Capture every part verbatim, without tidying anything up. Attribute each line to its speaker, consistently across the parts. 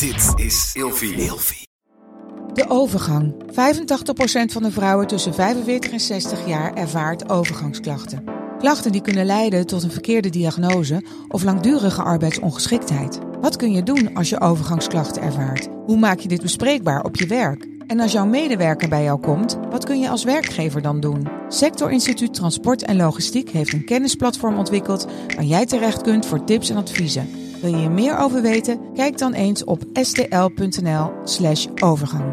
Speaker 1: Dit is Ilfie. Ilfie.
Speaker 2: De overgang. vijfentachtig procent van de vrouwen tussen vijfenveertig en zestig jaar ervaart overgangsklachten. Klachten die kunnen leiden tot een verkeerde diagnose of langdurige arbeidsongeschiktheid. Wat kun je doen als je overgangsklachten ervaart? Hoe maak je dit bespreekbaar op je werk? En als jouw medewerker bij jou komt, wat kun je als werkgever dan doen? Sector Instituut Transport en Logistiek heeft een kennisplatform ontwikkeld waar jij terecht kunt voor tips en adviezen. Wil je hier meer over weten? Kijk dan eens op stl.nl slash overgang.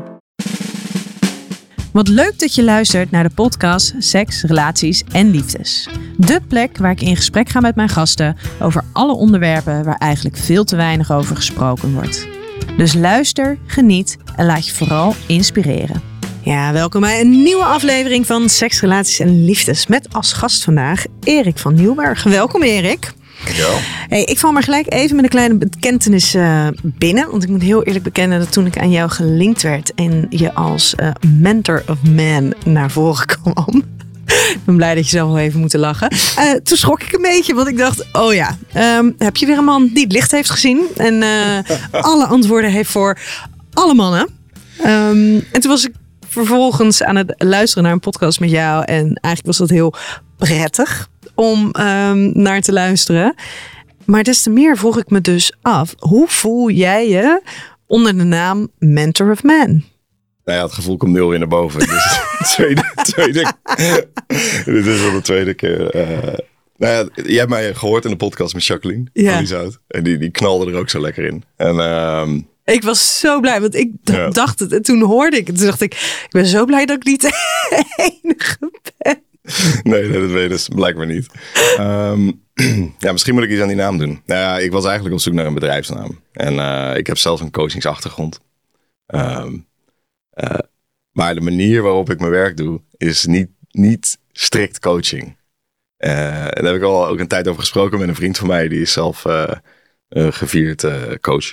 Speaker 3: Wat leuk dat je luistert naar de podcast Seks, Relaties en Liefdes. De plek waar ik in gesprek ga met mijn gasten over alle onderwerpen waar eigenlijk veel te weinig over gesproken wordt. Dus luister, geniet en laat je vooral inspireren. Ja, welkom bij een nieuwe aflevering van Seks, Relaties en Liefdes. Met als gast vandaag Erik van Nieuwberg. Welkom Erik.
Speaker 4: Ja.
Speaker 3: Hey, ik val maar gelijk even met een kleine bekentenis uh, binnen. Want ik moet heel eerlijk bekennen dat toen ik aan jou gelinkt werd en je als uh, mentor of man naar voren kwam. Ik ben blij dat je zelf wel even moet lachen. Uh, toen schrok ik een beetje, want ik dacht, oh ja, um, heb je weer een man die het licht heeft gezien en uh, alle antwoorden heeft voor alle mannen. Um, en toen was ik vervolgens aan het luisteren naar een podcast met jou en eigenlijk was dat heel prettig om um, naar te luisteren. Maar des te meer vroeg ik me dus af, hoe voel jij je onder de naam Mentor of Man?
Speaker 4: Nou ja, het gevoel komt nul weer naar boven. Dus de tweede, tweede, dit is wel de tweede keer. Uh, nou ja, jij hebt mij gehoord in de podcast met Jacqueline.
Speaker 3: Ja.
Speaker 4: Van Lieshout. En die, die knalde er ook zo lekker in. En, uh,
Speaker 3: ik was zo blij, want ik d- ja. dacht het. En toen hoorde ik het. Toen dacht ik, ik ben zo blij dat ik niet de enige ben.
Speaker 4: Nee, nee, dat weet je dus blijkbaar niet. Um, ja, misschien moet ik iets aan die naam doen. Nou ja, ik was eigenlijk op zoek naar een bedrijfsnaam. En uh, ik heb zelf een coachingsachtergrond. Um, uh, maar de manier waarop ik mijn werk doe, is niet, niet strikt coaching. Uh, en daar heb ik al ook een tijd over gesproken met een vriend van mij. Die is zelf uh, uh, gevierd uh, coach.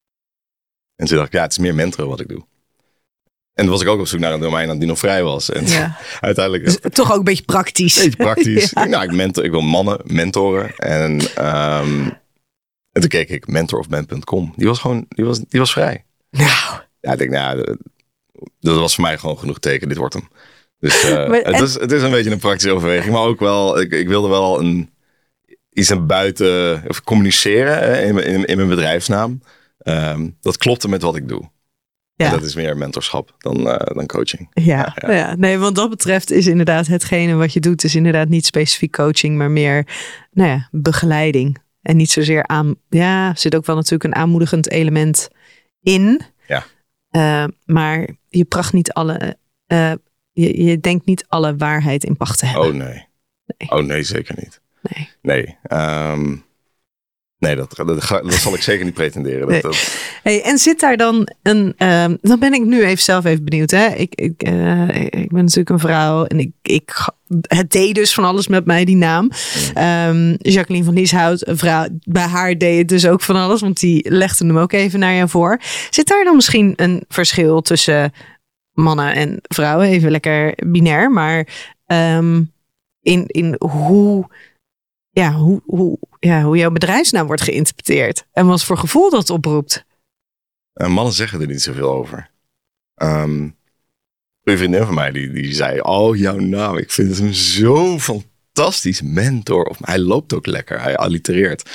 Speaker 4: En toen dacht ik, ja, het is meer mentoren wat ik doe. En toen was ik ook op zoek naar een domein dat die nog vrij was. En ja. uiteindelijk...
Speaker 3: Dus toch ook een beetje praktisch.
Speaker 4: Een beetje praktisch. ja. Nou, ik, mentor, ik wil mannen mentoren. En, um, en toen keek ik mentor of man punt com. Die was gewoon, die was, die was vrij.
Speaker 3: Nou.
Speaker 4: Ja, ik denk, nou, dat was voor mij gewoon genoeg teken. Dit wordt hem. Dus uh, maar, het, en... is, het is een beetje een praktische overweging. Maar ook wel, ik, ik wilde wel een, iets naar buiten of communiceren hè, in, in, in mijn bedrijfsnaam. Um, dat klopte met wat ik doe. Ja. En dat is meer mentorschap dan, uh, dan coaching.
Speaker 3: Ja,
Speaker 4: ja, ja.
Speaker 3: ja, nee, wat dat betreft is inderdaad hetgene wat je doet, is inderdaad niet specifiek coaching, maar meer nou ja, begeleiding. En niet zozeer aan, ja, er zit ook wel natuurlijk een aanmoedigend element in.
Speaker 4: Ja.
Speaker 3: Uh, maar je pracht niet alle, uh, je, je denkt niet alle waarheid in pacht te hebben.
Speaker 4: Oh nee. nee. Oh nee, zeker niet.
Speaker 3: Nee.
Speaker 4: Nee. Um, Nee, dat, dat, dat zal ik zeker niet pretenderen.
Speaker 3: Nee.
Speaker 4: Dat, dat...
Speaker 3: Hey, en zit daar dan een... Um, dan ben ik nu even zelf even benieuwd. Hè? Ik, ik, uh, ik ben natuurlijk een vrouw. En ik, ik, het deed dus van alles met mij, die naam. Um, Jacqueline van Lieshout, een vrouw. Bij haar deed het dus ook van alles. Want die legde hem ook even naar jou voor. Zit daar dan misschien een verschil tussen mannen en vrouwen? Even lekker binair. Maar um, in, in hoe... Ja, hoe, hoe, ja, hoe jouw bedrijfsnaam wordt geïnterpreteerd. En wat voor gevoel dat oproept.
Speaker 4: Uh, mannen zeggen er niet zoveel over. Um, een vriendin van mij die, die zei... Oh, jouw naam. Ik vind hem zo fantastisch. Mentor. Of, hij loopt ook lekker. Hij allitereert.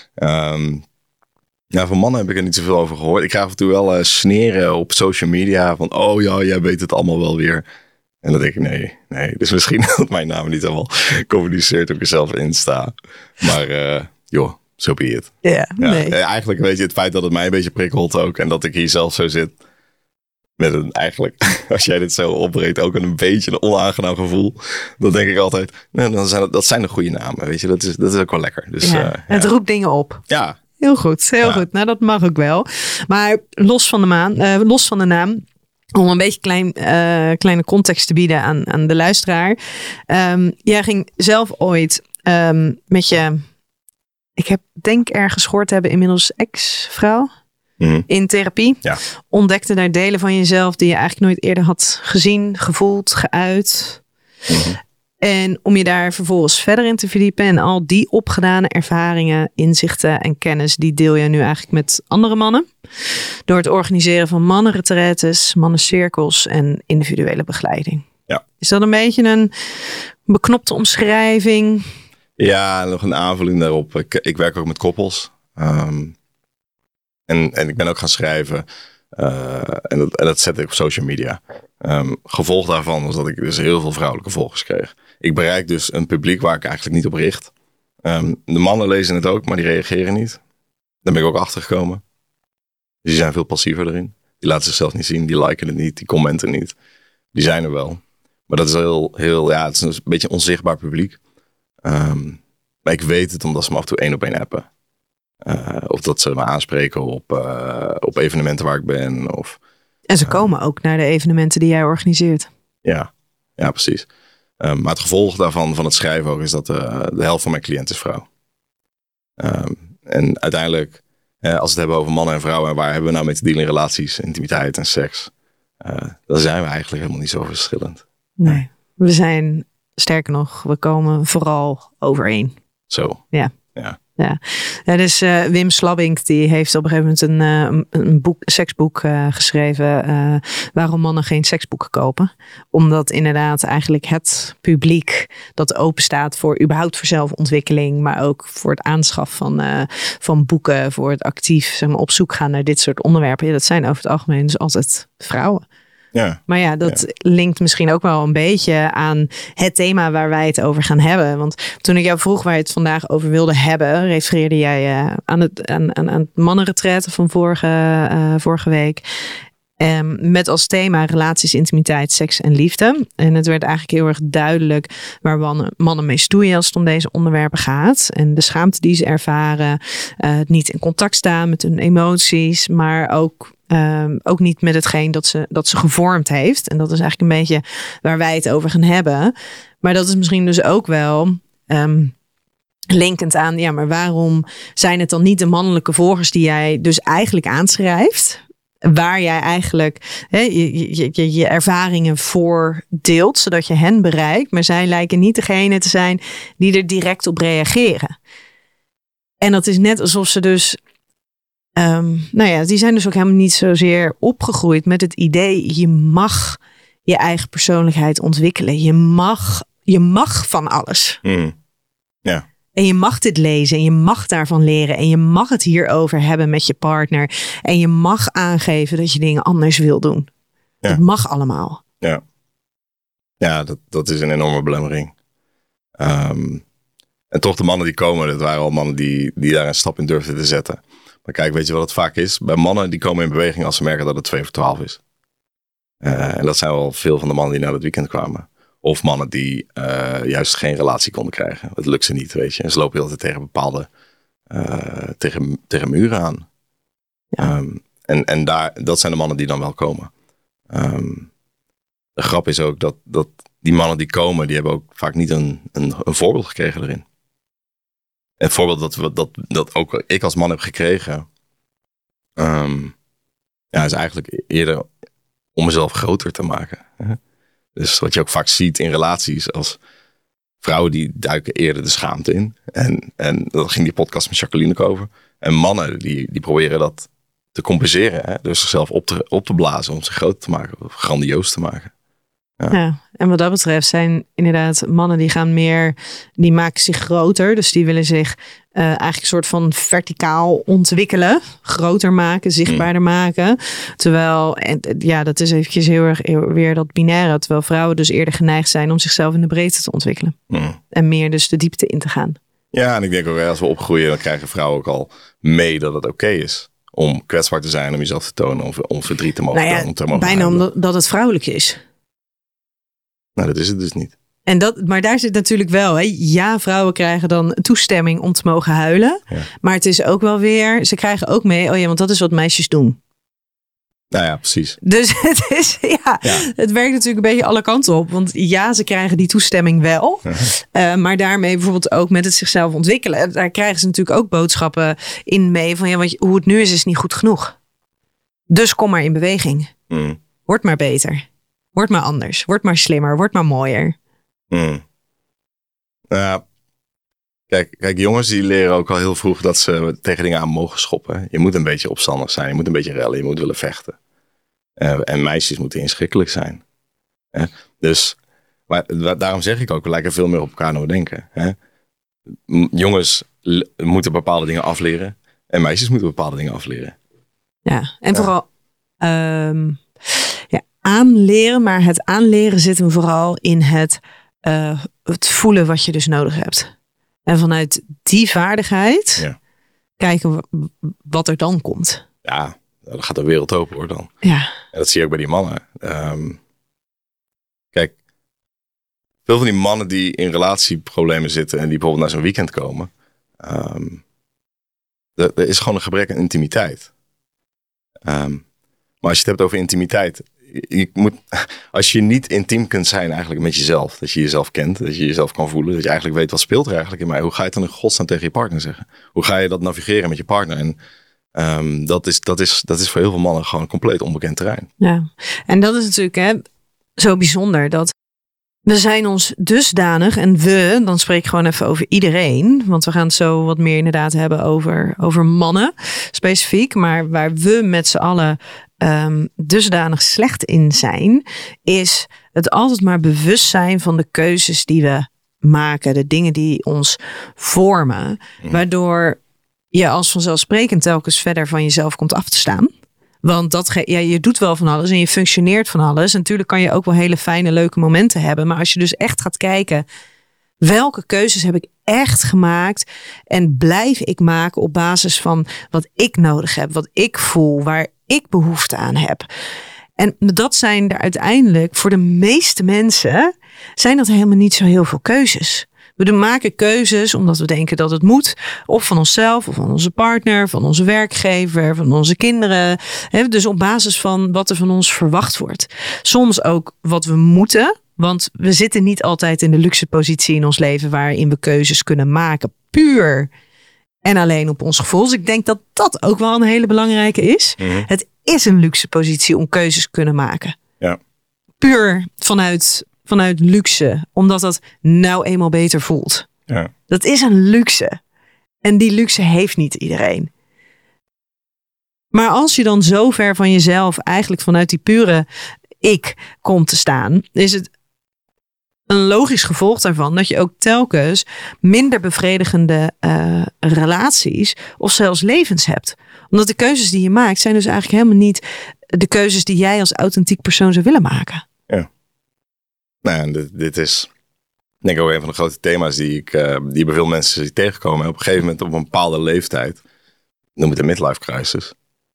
Speaker 4: Um, ja, van mannen heb ik er niet zoveel over gehoord. Ik ga af en toe wel uh, sneren op social media. Van, oh ja, jij weet het allemaal wel weer. En dan denk ik, nee, nee. Dus misschien dat mijn naam niet helemaal communiceert hoe ik er zelf in sta. Maar uh, joh, so be it.
Speaker 3: Yeah,
Speaker 4: ja,
Speaker 3: nee.
Speaker 4: Eigenlijk weet je het feit dat het mij een beetje prikkelt ook. En dat ik hier zelf zo zit. Met een eigenlijk, als jij dit zo opbreekt, ook een beetje een onaangenaam gevoel. Dan denk ik altijd, nee, dan zijn dat, dat zijn de goede namen. Weet je, dat is, dat is ook wel lekker. Dus,
Speaker 3: ja,
Speaker 4: uh,
Speaker 3: het
Speaker 4: ja.
Speaker 3: roept dingen op.
Speaker 4: Ja.
Speaker 3: Heel goed, heel ja. goed. Nou, dat mag ook wel. Maar los van de, maan, uh, los van de naam... Om een beetje klein, uh, kleine context te bieden aan, aan de luisteraar. Um, jij ging zelf ooit um, met je... Ik heb denk ergens gehoord te hebben inmiddels ex-vrouw. Mm-hmm. In therapie.
Speaker 4: Ja.
Speaker 3: Ontdekte daar delen van jezelf die je eigenlijk nooit eerder had gezien, gevoeld, geuit. Mm-hmm. En om je daar vervolgens verder in te verdiepen. En al die opgedane ervaringen, inzichten en kennis, die deel je nu eigenlijk met andere mannen. door het organiseren van mannenretretes, mannencirkels en individuele begeleiding.
Speaker 4: Ja.
Speaker 3: Is dat een beetje een beknopte omschrijving?
Speaker 4: Ja, nog een aanvulling daarop. Ik, ik werk ook met koppels. Um, en, en ik ben ook gaan schrijven. Uh, en, dat, en dat zette ik op social media. Um, gevolg daarvan was dat ik dus heel veel vrouwelijke volgers kreeg. Ik bereik dus een publiek waar ik eigenlijk niet op richt. Um, de mannen lezen het ook, maar die reageren niet. Daar ben ik ook achter gekomen. Dus die zijn veel passiever erin. Die laten zichzelf niet zien, die liken het niet, die commenten niet. Die zijn er wel. Maar dat is heel, heel ja, het is een beetje een onzichtbaar publiek. Um, maar ik weet het omdat ze me af en toe één op één appen. Uh, of dat ze me aanspreken op, uh, op evenementen waar ik ben. Of,
Speaker 3: en ze uh, komen ook naar de evenementen die jij organiseert.
Speaker 4: Ja, ja precies. Um, maar het gevolg daarvan, van het schrijven ook, is dat uh, de helft van mijn cliënten is vrouw. Um, en uiteindelijk, uh, als we het hebben over mannen en vrouwen, en waar hebben we nou mee te dealen in relaties, intimiteit en seks, uh, dan zijn we eigenlijk helemaal niet zo verschillend.
Speaker 3: Nee, we zijn, sterker nog, we komen vooral overeen.
Speaker 4: Zo.
Speaker 3: Ja.
Speaker 4: Ja.
Speaker 3: Ja, ja dus uh, Wim Slabbink die heeft op een gegeven moment een, uh, een boek, seksboek uh, geschreven. Uh, waarom mannen geen seksboeken kopen. Omdat inderdaad eigenlijk het publiek dat open staat voor überhaupt voor zelfontwikkeling. Maar ook voor het aanschaf van, uh, van boeken. Voor het actief zeg maar, op zoek gaan naar dit soort onderwerpen. Ja, dat zijn over het algemeen dus altijd vrouwen.
Speaker 4: Ja.
Speaker 3: Maar ja, dat
Speaker 4: ja.
Speaker 3: linkt misschien ook wel een beetje aan het thema waar wij het over gaan hebben. Want toen ik jou vroeg waar je het vandaag over wilde hebben, refereerde jij uh, aan het, aan, aan, aan het mannenretreat van vorige, uh, vorige week. Um, met als thema relaties, intimiteit, seks en liefde. En het werd eigenlijk heel erg duidelijk waar mannen, mannen mee stoeien als het om deze onderwerpen gaat. En de schaamte die ze ervaren. Uh, het niet in contact staan met hun emoties, maar ook... Um, ook niet met hetgeen dat ze, dat ze gevormd heeft. En dat is eigenlijk een beetje waar wij het over gaan hebben. Maar dat is misschien dus ook wel um, linkend aan... ja, maar waarom zijn het dan niet de mannelijke volgers die jij dus eigenlijk aanschrijft? Waar jij eigenlijk he, je, je, je, je ervaringen voor deelt, zodat je hen bereikt. Maar zij lijken niet degene te zijn die er direct op reageren. En dat is net alsof ze dus... Um, nou ja, die zijn dus ook helemaal niet zozeer opgegroeid met het idee, je mag je eigen persoonlijkheid ontwikkelen. Je mag, je mag van alles.
Speaker 4: Mm. Ja.
Speaker 3: En je mag dit lezen en je mag daarvan leren. En je mag het hierover hebben met je partner. En je mag aangeven dat je dingen anders wil doen. Ja. Dat mag allemaal.
Speaker 4: Ja, ja dat, dat is een enorme belemmering. Um, en toch de mannen die komen, dat waren al mannen die, die daar een stap in durfden te zetten. Maar kijk, weet je wat het vaak is? Bij mannen die komen in beweging als ze merken dat het twee voor twaalf is. Uh, en dat zijn wel veel van de mannen die naar het weekend kwamen. Of mannen die uh, juist geen relatie konden krijgen. Het lukt ze niet, weet je. En ze lopen altijd tegen bepaalde... Uh, tegen, tegen muren aan. Ja. Um, en en daar, dat zijn de mannen die dan wel komen. Um, de grap is ook dat, dat die mannen die komen... die hebben ook vaak niet een, een, een voorbeeld gekregen erin. Een voorbeeld dat, we, dat, dat ook ik als man heb gekregen... Um, ja, is eigenlijk eerder om mezelf groter te maken. Hè? Dus wat je ook vaak ziet in relaties... als vrouwen die duiken eerder de schaamte in. En, en daar ging die podcast met Jacqueline ook over. En mannen die, die proberen dat te compenseren. Hè? Dus zichzelf op te, op te blazen om zich groot te maken. Of grandioos te maken. Ja.
Speaker 3: Ja, en wat dat betreft zijn inderdaad mannen die gaan meer, die maken zich groter. Dus die willen zich uh, eigenlijk een soort van verticaal ontwikkelen. Groter maken, zichtbaarder mm. maken. Terwijl, en, ja, dat is eventjes heel erg heel, weer dat binaire. Terwijl vrouwen dus eerder geneigd zijn om zichzelf in de breedte te ontwikkelen. Mm. En meer dus de diepte in te gaan.
Speaker 4: Ja, en ik denk ook als we opgroeien, dan krijgen vrouwen ook al mee dat het oké okay is. Om kwetsbaar te zijn, om jezelf te tonen, om, om verdriet te mogen
Speaker 3: nou ja,
Speaker 4: tonen. Te mogen
Speaker 3: bijna
Speaker 4: huilen.
Speaker 3: omdat dat het vrouwelijk is.
Speaker 4: Nou, dat is het dus niet.
Speaker 3: En dat, maar daar zit natuurlijk wel, hè? Ja, vrouwen krijgen dan toestemming om te mogen huilen. Ja. Maar het is ook wel weer, ze krijgen ook mee, oh ja, want dat is wat meisjes doen.
Speaker 4: Nou ja, precies.
Speaker 3: Dus het is, ja, ja. het werkt natuurlijk een beetje alle kanten op. Want ja, ze krijgen die toestemming wel. Uh-huh. Uh, maar daarmee bijvoorbeeld ook met het zichzelf ontwikkelen. Daar krijgen ze natuurlijk ook boodschappen in mee van, ja, want hoe het nu is, is niet goed genoeg. Dus kom maar in beweging. Mm. Word maar beter. Word maar anders. Word maar slimmer. Word maar mooier.
Speaker 4: Mm. Uh, Kijk, kijk, jongens die leren ook al heel vroeg dat ze tegen dingen aan mogen schoppen. Je moet een beetje opstandig zijn. Je moet een beetje rellen. Je moet willen vechten. Uh, en meisjes moeten inschikkelijk zijn. Uh, dus, maar daarom zeg ik ook, we lijken veel meer op elkaar dan we denken. Hè? Jongens l- moeten bepaalde dingen afleren. En meisjes moeten bepaalde dingen afleren.
Speaker 3: Ja, en ja. vooral um, ja, aanleren. Maar het aanleren zit hem vooral in het, uh, het voelen wat je dus nodig hebt. En vanuit die vaardigheid ja. kijken wat er dan komt.
Speaker 4: Ja, dan gaat de wereld open hoor dan.
Speaker 3: Ja.
Speaker 4: En dat zie je ook bij die mannen. Um, kijk, veel van die mannen die in relatieproblemen zitten en die bijvoorbeeld naar zo'n weekend komen. Um, er, er is gewoon een gebrek aan intimiteit. Um, maar als je het hebt over intimiteit. Je moet, als je niet intiem kunt zijn eigenlijk met jezelf. Dat je jezelf kent. Dat je jezelf kan voelen. Dat je eigenlijk weet wat speelt er eigenlijk in mij. Hoe ga je het dan in godsnaam tegen je partner zeggen? Hoe ga je dat navigeren met je partner? En um, dat, is, dat, is, dat is voor heel veel mannen gewoon compleet onbekend terrein.
Speaker 3: Ja, en dat is natuurlijk hè, zo bijzonder. Dat we zijn ons dusdanig. En we, dan spreek ik gewoon even over iedereen. Want we gaan het zo wat meer inderdaad hebben over, over mannen specifiek. Maar waar we met z'n allen Um, dusdanig slecht in zijn, is het altijd maar bewust zijn van de keuzes die we maken, de dingen die ons vormen, mm. waardoor je als vanzelfsprekend telkens verder van jezelf komt af te staan. Want dat ge- ja, je doet wel van alles en je functioneert van alles. En natuurlijk kan je ook wel hele fijne, leuke momenten hebben. Maar als je dus echt gaat kijken, welke keuzes heb ik echt gemaakt en blijf ik maken op basis van wat ik nodig heb, wat ik voel, waar ik behoefte aan heb. En dat zijn er uiteindelijk voor de meeste mensen zijn dat helemaal niet zo heel veel keuzes. We maken keuzes omdat we denken dat het moet. Of van onszelf, of van onze partner, van onze werkgever, van onze kinderen. Dus op basis van wat er van ons verwacht wordt. Soms ook wat we moeten. Want we zitten niet altijd in de luxe positie in ons leven waarin we keuzes kunnen maken. Puur en alleen op ons gevoel. Dus ik denk dat dat ook wel een hele belangrijke is. Mm-hmm. Het is een luxe positie om keuzes te kunnen maken.
Speaker 4: Ja.
Speaker 3: Puur vanuit, vanuit luxe. Omdat dat nou eenmaal beter voelt.
Speaker 4: Ja.
Speaker 3: Dat is een luxe. En die luxe heeft niet iedereen. Maar als je dan zo ver van jezelf eigenlijk vanuit die pure ik komt te staan, is het een logisch gevolg daarvan dat je ook telkens minder bevredigende uh, relaties of zelfs levens hebt. Omdat de keuzes die je maakt zijn dus eigenlijk helemaal niet de keuzes die jij als authentiek persoon zou willen maken.
Speaker 4: Ja. Nou, dit, dit is denk ik ook een van de grote thema's die ik uh, die bij veel mensen zie tegenkomen. Op een gegeven moment op een bepaalde leeftijd, noem het een midlife crisis.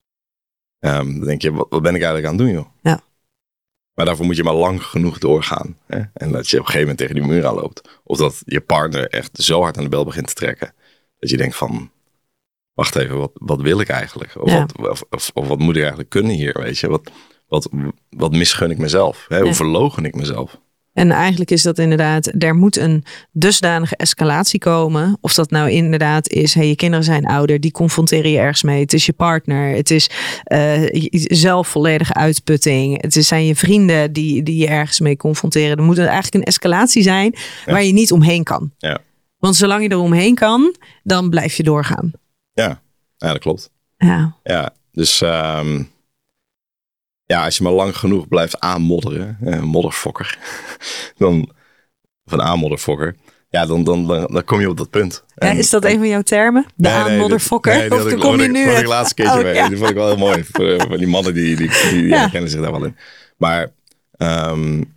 Speaker 4: Um, dan denk je, wat, wat ben ik eigenlijk aan het doen, joh?
Speaker 3: Ja.
Speaker 4: Maar daarvoor moet je maar lang genoeg doorgaan. Hè? En dat je op een gegeven moment tegen die muur aanloopt. Of dat je partner echt zo hard aan de bel begint te trekken. Dat je denkt van, wacht even, wat, wat wil ik eigenlijk? Of,
Speaker 3: ja.
Speaker 4: wat, of, of, of wat moet ik eigenlijk kunnen hier? Weet je? Wat, wat, wat misgun ik mezelf? Hè? Hoe ja. verloochen ik mezelf?
Speaker 3: En eigenlijk is dat inderdaad, er moet een dusdanige escalatie komen. Of dat nou inderdaad is, hey, je kinderen zijn ouder, die confronteren je ergens mee. Het is je partner, het is uh, zelf volledige uitputting. Het is, zijn je vrienden die, die je ergens mee confronteren. Er moet eigenlijk een escalatie zijn ja. waar je niet omheen kan.
Speaker 4: Ja.
Speaker 3: Want zolang je er omheen kan, dan blijf je doorgaan.
Speaker 4: Ja, ja dat klopt.
Speaker 3: Ja,
Speaker 4: ja dus um... ja, als je maar lang genoeg blijft aanmodderen, eh, modderfokker, dan van aanmodderfokker, ja, dan, dan, dan, dan kom je op dat punt.
Speaker 3: Ja,
Speaker 4: en,
Speaker 3: is dat een van jouw termen? De
Speaker 4: nee,
Speaker 3: aanmodderfokker?
Speaker 4: Nee, nee,
Speaker 3: of
Speaker 4: dan
Speaker 3: kom je
Speaker 4: ik,
Speaker 3: nu?
Speaker 4: Dat ik laatste keertje
Speaker 3: oh,
Speaker 4: mee.
Speaker 3: Ja.
Speaker 4: Die vond ik wel heel mooi. Voor, voor die mannen die, die, die, die ja. herkennen zich daar wel in. Maar um,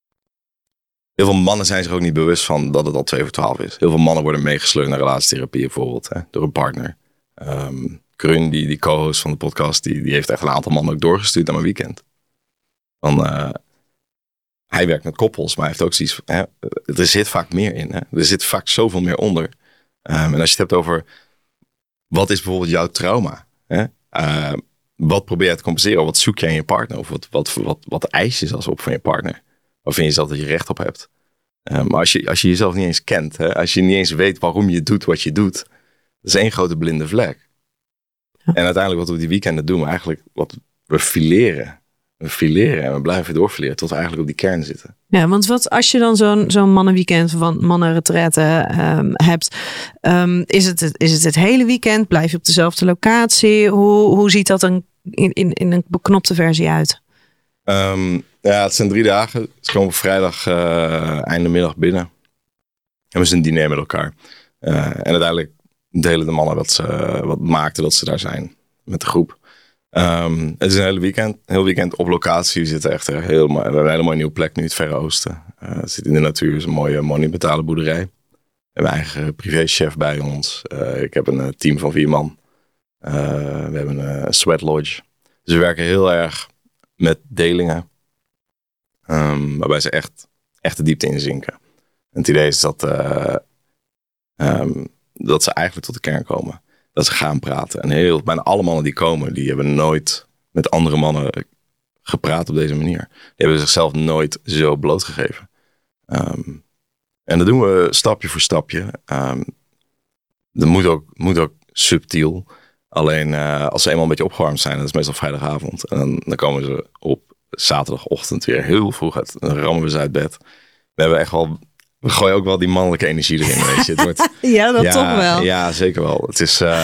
Speaker 4: heel veel mannen zijn zich ook niet bewust van dat het al twee voor twaalf is. Heel veel mannen worden meegesleurd naar relatietherapie bijvoorbeeld, hè, door een partner. Um, Krun, die, die co-host van de podcast, die, die heeft echt een aantal mannen ook doorgestuurd naar mijn weekend. Van, uh, hij werkt met koppels, maar hij heeft ook zoiets. Hè, er zit vaak meer in. Hè? Er zit vaak zoveel meer onder. Um, en als je het hebt over wat is bijvoorbeeld jouw trauma? Hè? Uh, wat probeer je te compenseren? Wat zoek je in je partner? Of wat, wat, wat, wat eis je zelfs op van je partner? Waar vind je zelf dat je recht op hebt? Uh, maar als je, als je jezelf niet eens kent, hè? Als je niet eens weet waarom je doet wat je doet, dat is één grote blinde vlek. Ja. En uiteindelijk wat we die weekenden doen, eigenlijk wat we fileren. we fileren en we blijven doorfileren tot we eigenlijk op die kern zitten.
Speaker 3: Ja, want wat als je dan zo'n zo'n mannenweekend van mannenretraite um, hebt, um, is, het, is het het hele weekend? Blijf je op dezelfde locatie? Hoe, hoe ziet dat een, in, in, in een beknopte versie uit?
Speaker 4: Um, ja, het zijn drie dagen. Ze komen op vrijdag uh, einde middag binnen. En we zijn een diner met elkaar. Uh, en uiteindelijk delen de mannen wat, ze, wat maakte dat ze daar zijn met de groep. Um, het is een hele weekend, een heel weekend op locatie. We zitten echt heel, we hebben een hele mooie nieuwe plek nu, het Verre Oosten. Uh, het zit in de natuur, het is een mooie monumentale boerderij. We hebben een eigen privéchef bij ons. Uh, ik heb een uh, team van vier man. Uh, we hebben een uh, sweat lodge. Dus we werken heel erg met delingen. Um, waarbij ze echt, echt de diepte inzinken. En het idee is dat, uh, um, dat ze eigenlijk tot de kern komen. Dat ze gaan praten. En heel, bijna alle mannen die komen, die hebben nooit met andere mannen gepraat op deze manier. Die hebben zichzelf nooit zo blootgegeven. Um, en dat doen we stapje voor stapje. Um, dat moet ook, moet ook subtiel. Alleen uh, als ze eenmaal een beetje opgewarmd zijn, dat is meestal vrijdagavond. En dan, dan komen ze op zaterdagochtend weer heel vroeg uit. Dan rammen we ze uit bed. We hebben echt wel... We gooien ook wel die mannelijke energie erin, weet je. Het wordt,
Speaker 3: ja, dat
Speaker 4: ja,
Speaker 3: toch wel.
Speaker 4: Ja, zeker wel. Het is... Uh,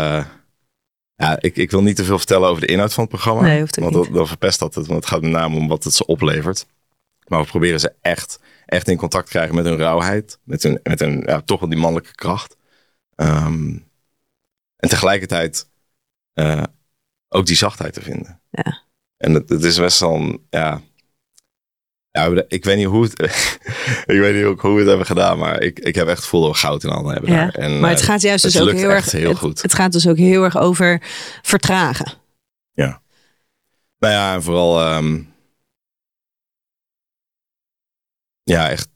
Speaker 4: ja, ik, ik wil niet te veel vertellen over de inhoud van het programma.
Speaker 3: Nee, hoeft ook
Speaker 4: want
Speaker 3: niet.
Speaker 4: dan verpest dat het. Want het gaat met name om wat het ze oplevert. Maar we proberen ze echt, echt in contact te krijgen met hun rauwheid. Met hun, met hun ja, toch wel die mannelijke kracht. Um, en tegelijkertijd uh, ook die zachtheid te vinden.
Speaker 3: Ja.
Speaker 4: En het, het is best wel een... Ja, Ja, ik weet niet hoe het, ik weet niet ook hoe we het hebben gedaan, maar ik, ik heb echt het gevoel dat we goud in handen hebben
Speaker 3: ja,
Speaker 4: daar. En,
Speaker 3: maar het gaat juist
Speaker 4: het
Speaker 3: dus ook
Speaker 4: lukt
Speaker 3: heel
Speaker 4: echt
Speaker 3: erg.
Speaker 4: heel
Speaker 3: het,
Speaker 4: goed.
Speaker 3: Het gaat dus ook heel erg over vertragen.
Speaker 4: Ja. Nou ja, en vooral, um, ja, echt,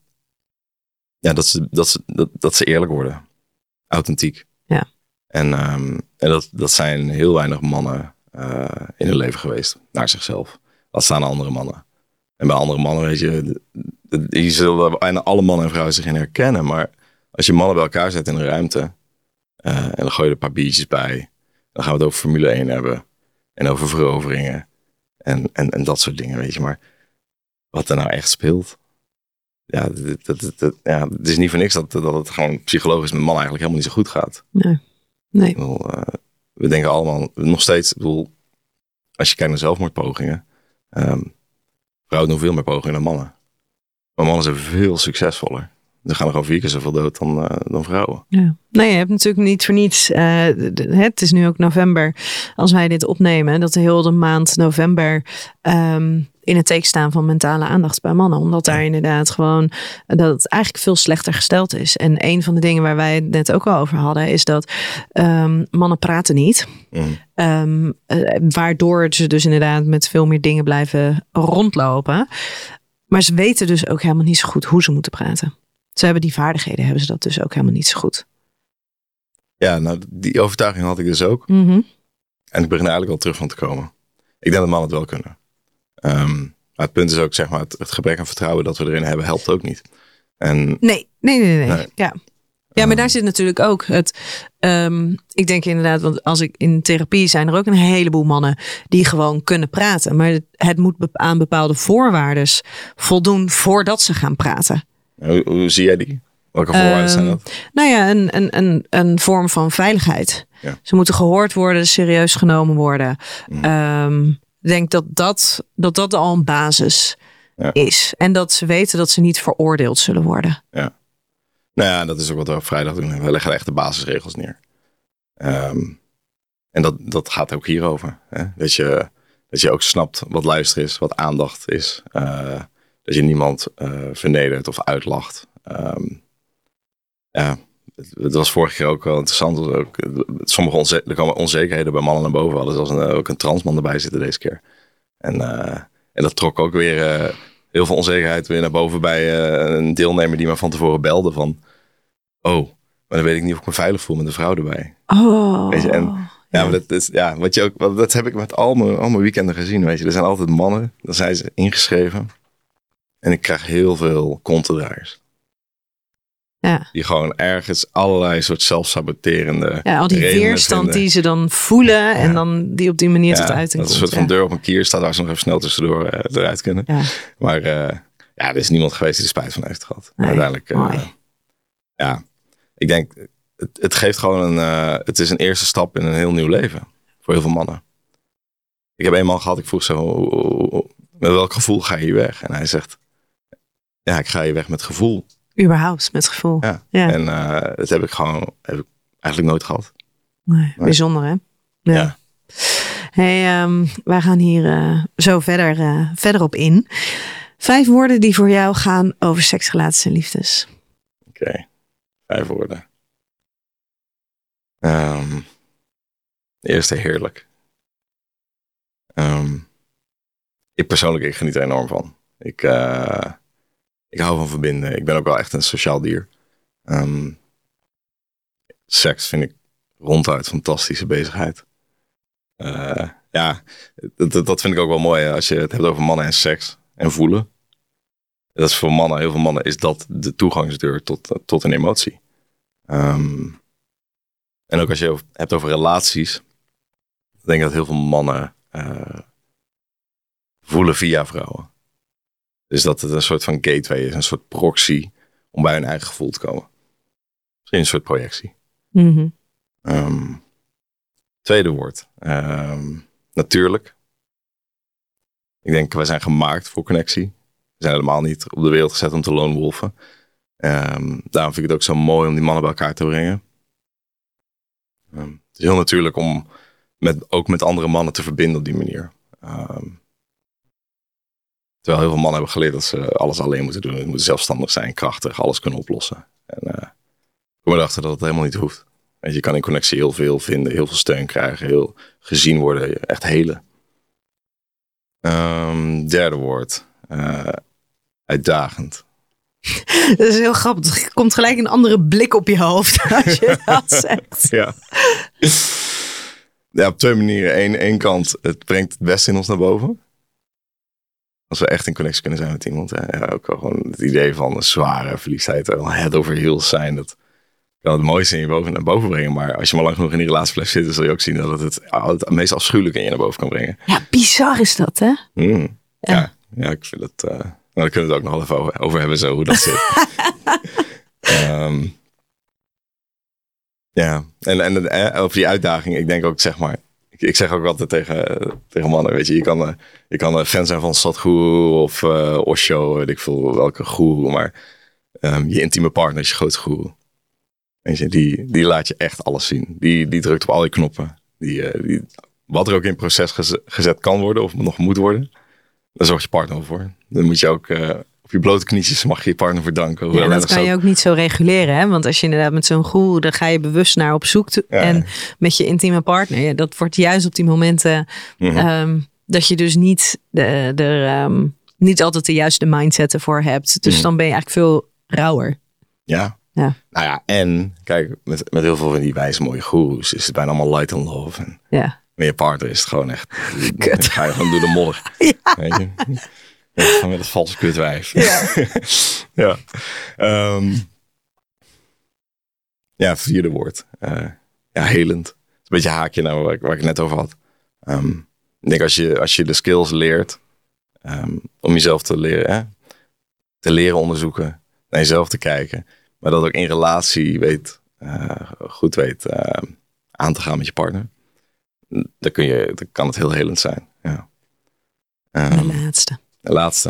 Speaker 4: ja, dat ze, dat ze, dat, dat ze eerlijk worden, authentiek.
Speaker 3: Ja.
Speaker 4: En, um, en dat, dat zijn heel weinig mannen uh, in hun leven geweest naar zichzelf. Laat staan andere mannen. En bij andere mannen, weet je, die zullen bijna alle mannen en vrouwen zich in herkennen. Maar als je mannen bij elkaar zet in een ruimte, uh, en dan gooi je er een paar biertjes bij. Dan gaan we het over Formule één hebben. En over veroveringen. En, en, en dat soort dingen, weet je. Maar wat er nou echt speelt. Ja, dat, dat, dat, dat, ja het is niet voor niks dat, dat het gewoon psychologisch met mannen eigenlijk helemaal niet zo goed gaat.
Speaker 3: Nee. nee.
Speaker 4: Ik bedoel, uh, we denken allemaal, nog steeds, ik bedoel, als je kijkt naar zelfmoordpogingen. Um, Vrouwen doen veel meer pogingen dan mannen. Maar mannen zijn veel succesvoller. Ze gaan er gewoon vier keer zoveel dood dan, uh, dan vrouwen.
Speaker 3: Ja. Nee, je hebt natuurlijk niet voor niets. Uh, de, de, het is nu ook november als wij dit opnemen. Dat de hele maand november um, in het teken staan van mentale aandacht bij mannen. Omdat daar inderdaad gewoon dat het eigenlijk veel slechter gesteld is. En een van de dingen waar wij het net ook al over hadden is dat um, mannen praten niet. Mm. Um, uh, waardoor ze dus inderdaad met veel meer dingen blijven rondlopen. Maar ze weten dus ook helemaal niet zo goed hoe ze moeten praten. Ze hebben die vaardigheden, hebben ze dat dus ook helemaal niet zo goed.
Speaker 4: Ja, nou die overtuiging had ik dus ook.
Speaker 3: Mm-hmm.
Speaker 4: En ik begin eigenlijk al terug van te komen. Ik denk dat mannen het wel kunnen. Um, maar het punt is ook, zeg maar, het, het gebrek aan vertrouwen dat we erin hebben, helpt ook niet. En,
Speaker 3: nee, nee, nee, nee. nee. Ja. Ja, maar
Speaker 4: um,
Speaker 3: daar zit natuurlijk ook het... Um, ik denk inderdaad, want als ik in therapie zijn er ook een heleboel mannen die gewoon kunnen praten. Maar het, het moet aan bepaalde voorwaarden voldoen voordat ze gaan praten.
Speaker 4: Hoe, hoe zie jij die? Welke voorwaarden um, zijn dat?
Speaker 3: Nou ja, een, een, een, een vorm van veiligheid. Ja. Ze moeten gehoord worden, serieus genomen worden. Mm. Um, ik denk dat dat, dat dat al een basis ja. is. En dat ze weten dat ze niet veroordeeld zullen worden.
Speaker 4: Ja. Nou ja, dat is ook wat we op vrijdag doen. We leggen echt de basisregels neer. Um, en dat, dat gaat ook hierover. Hè? Dat, je, dat je ook snapt wat luisteren is, wat aandacht is. Uh, dat je niemand uh, vernedert of uitlacht. Um, ja, het, het was vorige keer ook wel interessant. Ook, sommige onze- er komen onzekerheden bij mannen naar boven. Hadden zelfs een, ook een transman erbij zitten deze keer. En, uh, en dat trok ook weer uh, heel veel onzekerheid weer naar boven bij uh, een deelnemer die me van tevoren belde van... Oh, maar dan weet ik niet of ik me veilig voel met een vrouw erbij.
Speaker 3: Oh.
Speaker 4: Weet je, en ja, ja. Maar dat is, ja, wat je ook, dat heb ik met al mijn, al mijn weekenden gezien. Weet je, er zijn altijd mannen, dan zijn ze ingeschreven. En ik krijg heel veel kontendraaiers.
Speaker 3: Ja.
Speaker 4: Die gewoon ergens allerlei soort zelfsaboterende...
Speaker 3: Ja, al die weerstand vinden. Die ze dan voelen ja. en dan die op die manier ja, tot uiting komt.
Speaker 4: Dat een soort van deur op een kier staat waar ze nog even snel tussendoor uh, eruit kunnen. Ja. Maar uh, ja, er is niemand geweest die er spijt van heeft gehad. Nee, uiteindelijk, uh, ja, ik denk, het, het geeft gewoon een... Uh, het is een eerste stap in een heel nieuw leven. Voor heel veel mannen. Ik heb een man gehad, ik vroeg zo, met welk gevoel ga je hier weg? En hij zegt, ja, ik ga hier weg met gevoel.
Speaker 3: Überhaupt, met gevoel.
Speaker 4: Ja, ja. En uh, dat heb ik gewoon heb ik eigenlijk nooit gehad.
Speaker 3: Nee, nee. Bijzonder hè? Ja. ja. Hey, um, wij gaan hier uh, zo verder, uh, verder op in. Vijf woorden die voor jou gaan over seks, relaties en liefdes.
Speaker 4: Oké, okay. Vijf woorden. Um, de eerste heerlijk. Um, ik persoonlijk, ik geniet er enorm van. Ik, uh, ik hou van verbinden. Ik ben ook wel echt een sociaal dier. Um, seks vind ik ronduit fantastische bezigheid. Uh, ja, dat, dat vind ik ook wel mooi. Hè? Als je het hebt over mannen en seks en voelen. Dat is voor mannen, heel veel mannen, is dat de toegangsdeur tot, tot een emotie. Um, en ook als je het hebt over relaties. Ik denk dat heel veel mannen uh, voelen via vrouwen. Dus dat het een soort van gateway is, een soort proxy om bij hun eigen gevoel te komen. Misschien een soort projectie.
Speaker 3: Mm-hmm.
Speaker 4: Um, tweede woord. Um, natuurlijk. Ik denk, wij zijn gemaakt voor connectie. We zijn helemaal niet op de wereld gezet om te lone wolven. Um, daarom vind ik het ook zo mooi om die mannen bij elkaar te brengen. Um, het is heel natuurlijk om met, ook met andere mannen te verbinden op die manier. Um, terwijl heel veel mannen hebben geleerd dat ze alles alleen moeten doen. Ze moeten zelfstandig zijn, krachtig, alles kunnen oplossen. En uh, ik kom erachter dat het helemaal niet hoeft. Weet je, je kan in connectie heel veel vinden, heel veel steun krijgen, heel gezien worden, echt helen. Um, derde woord. Uh, uitdagend.
Speaker 3: Dat is heel grappig. Er komt gelijk een andere blik op je hoofd als je dat zegt.
Speaker 4: Ja. Ja, op twee manieren. Eén, één kant, het brengt het beste in ons naar boven. Als we echt in connectie kunnen zijn met iemand. Hè. Ja, ook gewoon het idee van een zware verliefdheid. Head over heels zijn. Dat kan het mooiste in je boven naar boven brengen. Maar als je maar lang genoeg in die relatie blijft zitten, zul je ook zien dat het het, het meest afschuwelijke in je naar boven kan brengen.
Speaker 3: Ja, bizar is dat, hè?
Speaker 4: Mm. Ja. ja, ja, ik vind het... Uh, nou, daar kunnen we het ook nog wel even over, over hebben, zo hoe dat zit. um, ja, en, en eh, over die uitdaging, ik denk ook, zeg maar, ik, ik zeg ook altijd tegen, tegen mannen, weet je, je kan, uh, je kan fan zijn van Sadhguru of uh, Osho, weet ik veel welke guru, maar um, je intieme partner is je grootste guru. Weet je, die, die laat je echt alles zien. Die, die drukt op al je knoppen. Die, uh, die, wat er ook in proces gez, gezet kan worden of nog moet worden. Daar zorgt je partner voor. Dan moet je ook uh, op je blote knietjes mag je je partner verdanken.
Speaker 3: Ja, dat kan je ook niet zo reguleren. Hè? Want als je inderdaad met zo'n goeroe, dan ga je bewust naar op zoek. Te, ja. En met je intieme partner. Ja, dat wordt juist op die momenten mm-hmm. um, dat je dus niet, de, de, um, niet altijd de juiste mindset ervoor hebt. Dus mm-hmm. dan ben je eigenlijk veel rauwer.
Speaker 4: Ja. ja. Nou ja, en kijk, met, met heel veel van die wijze mooie goeroes is het bijna allemaal light and love. En
Speaker 3: ja.
Speaker 4: met je partner is het gewoon echt... Kut. Ga je gewoon door de modder. Ja. Weet je? Van met het valse kutwijf. Ja. ja. Um, ja, vierde woord. Uh, ja, helend. Het is een beetje een haakje naar waar ik, waar ik het net over had. Um, ik denk als je, als je de skills leert... Um, om jezelf te leren... Hè, te leren onderzoeken... naar jezelf te kijken... maar dat ook in relatie weet... Uh, goed weet... Uh, aan te gaan met je partner... Dan, kun je, dan kan het heel helend zijn. Ja.
Speaker 3: Um, de laatste.
Speaker 4: De laatste.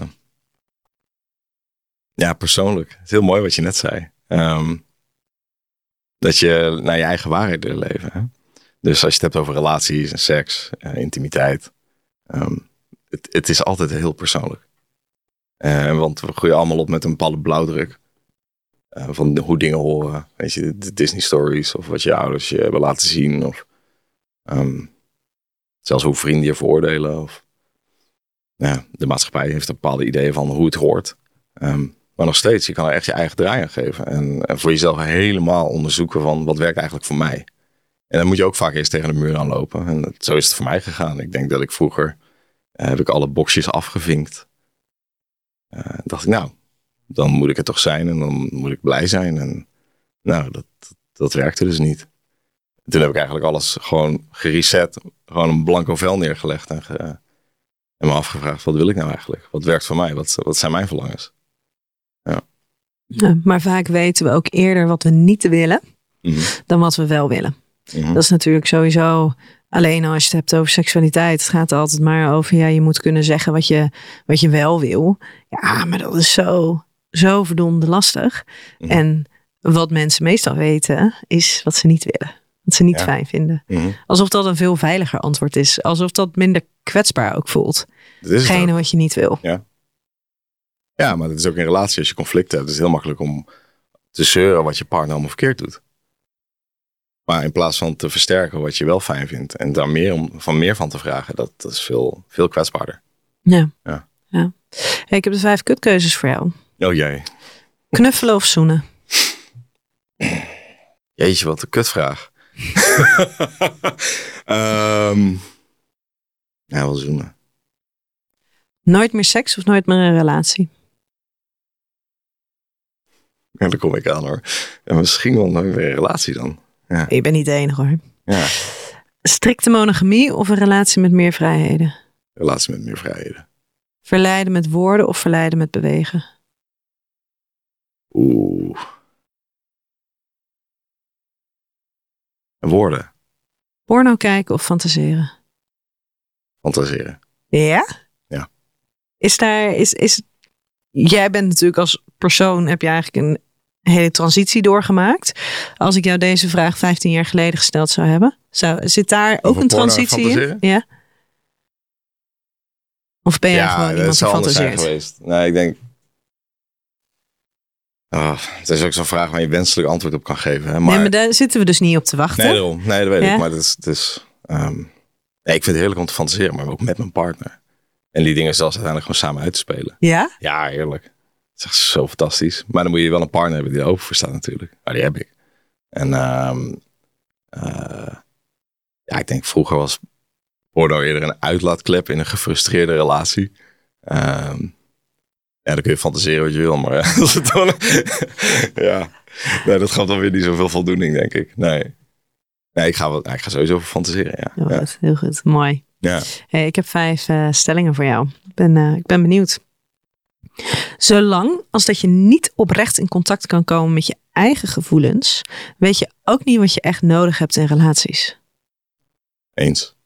Speaker 4: Ja, persoonlijk. Het is heel mooi wat je net zei. Um, dat je naar je eigen waarheid wil leven. Hè? Dus als je het hebt over relaties en seks, uh, intimiteit. Um, het, het is altijd heel persoonlijk. Uh, want we groeien allemaal op met een bepaalde blauwdruk. Uh, van hoe dingen horen. Weet je, de Disney stories. Of wat je ouders je hebben laten zien. Of... Um, zelfs hoe vrienden je veroordelen. Of, ja, de maatschappij heeft een bepaalde ideeën van hoe het hoort. Um, maar nog steeds, je kan er echt je eigen draai aan geven. En, en voor jezelf helemaal onderzoeken van wat werkt eigenlijk voor mij. En dan moet je ook vaak eerst tegen de muur aanlopen. En dat, zo is het voor mij gegaan. Ik denk dat ik vroeger, uh, heb ik alle boxjes afgevinkt. Uh, dacht ik nou, dan moet ik het toch zijn en dan moet ik blij zijn. En nou, dat, dat werkte dus niet. Toen heb ik eigenlijk alles gewoon gereset. Gewoon een blanco vel neergelegd. En, ge, en me afgevraagd, wat wil ik nou eigenlijk? Wat werkt voor mij? Wat, wat zijn mijn verlangens? Ja.
Speaker 3: Ja, maar vaak weten we ook eerder wat we niet willen.
Speaker 4: Mm-hmm.
Speaker 3: Dan wat we wel willen.
Speaker 4: Mm-hmm.
Speaker 3: Dat is natuurlijk sowieso... Alleen als je het hebt over seksualiteit. Het gaat er altijd maar over... Ja, je moet kunnen zeggen wat je, wat je wel wil. Ja, maar dat is zo, zo verdomd lastig. Mm-hmm. En wat mensen meestal weten... is wat ze niet willen. Wat ze niet ja. fijn vinden. Mm-hmm. Alsof dat een veel veiliger antwoord is. Alsof dat minder kwetsbaar ook voelt. Hetgene wat je niet wil.
Speaker 4: Ja. ja, maar dat is ook in relatie. Als je conflict hebt, is het heel makkelijk om te zeuren wat je partner allemaal verkeerd doet. Maar in plaats van te versterken wat je wel fijn vindt. En daar meer om, van meer van te vragen. Dat, dat is veel, veel kwetsbaarder.
Speaker 3: Ja.
Speaker 4: ja.
Speaker 3: ja. Hey, ik heb de vijf kutkeuzes voor jou.
Speaker 4: Oh jij.
Speaker 3: Knuffelen of zoenen?
Speaker 4: Jeetje, wat een kutvraag. um, ja, wel zoenen.
Speaker 3: Nooit meer seks of nooit meer een relatie?
Speaker 4: Ja, daar kom ik aan hoor. En misschien wel nooit meer een relatie dan. Ja.
Speaker 3: Je bent niet de enige hoor.
Speaker 4: Ja.
Speaker 3: Strikte monogamie of een relatie met meer vrijheden?
Speaker 4: Relatie met meer vrijheden.
Speaker 3: Verleiden met woorden of verleiden met bewegen?
Speaker 4: Oeh. Woorden.
Speaker 3: Porno kijken of fantaseren?
Speaker 4: Fantaseren.
Speaker 3: Ja?
Speaker 4: Ja.
Speaker 3: Is daar, is, is, jij bent natuurlijk als persoon, heb je eigenlijk een hele transitie doorgemaakt. Als ik jou deze vraag vijftien jaar geleden gesteld zou hebben, zou, zit daar ook een transitie in? Ja. Of ben jij
Speaker 4: ja,
Speaker 3: gewoon iemand die fantaseert?
Speaker 4: Geweest. Nee, ik denk... Oh, het is ook zo'n vraag waar je wenselijk antwoord op kan geven. Hè? Maar...
Speaker 3: Nee, maar daar zitten we dus niet op te wachten.
Speaker 4: Nee, daarom. Nee dat weet
Speaker 3: ja?
Speaker 4: ik. Maar het is... Het is um... nee, ik vind het heerlijk om te fantaseren, maar ook met mijn partner. En die dingen zelfs uiteindelijk gewoon samen uit te spelen.
Speaker 3: Ja?
Speaker 4: Ja, heerlijk. Het is echt zo fantastisch. Maar dan moet je wel een partner hebben die er open voor staat natuurlijk. Maar die heb ik. En um, uh, ja, ik denk vroeger was porno eerder een uitlaatklep in een gefrustreerde relatie. Um, ja, dan kun je fantaseren wat je wil, maar ja, als het dan, ja, nee, dat gaat dan weer niet zoveel voldoening, denk ik. Nee, nee ik, ga wel, ik ga sowieso over fantaseren, ja.
Speaker 3: Oh,
Speaker 4: ja.
Speaker 3: Heel goed, mooi.
Speaker 4: Ja.
Speaker 3: Hey, ik heb vijf uh, stellingen voor jou. Ik ben, uh, ik ben benieuwd. Zolang als dat je niet oprecht in contact kan komen met je eigen gevoelens, weet je ook niet wat je echt nodig hebt in relaties.
Speaker 4: Eens.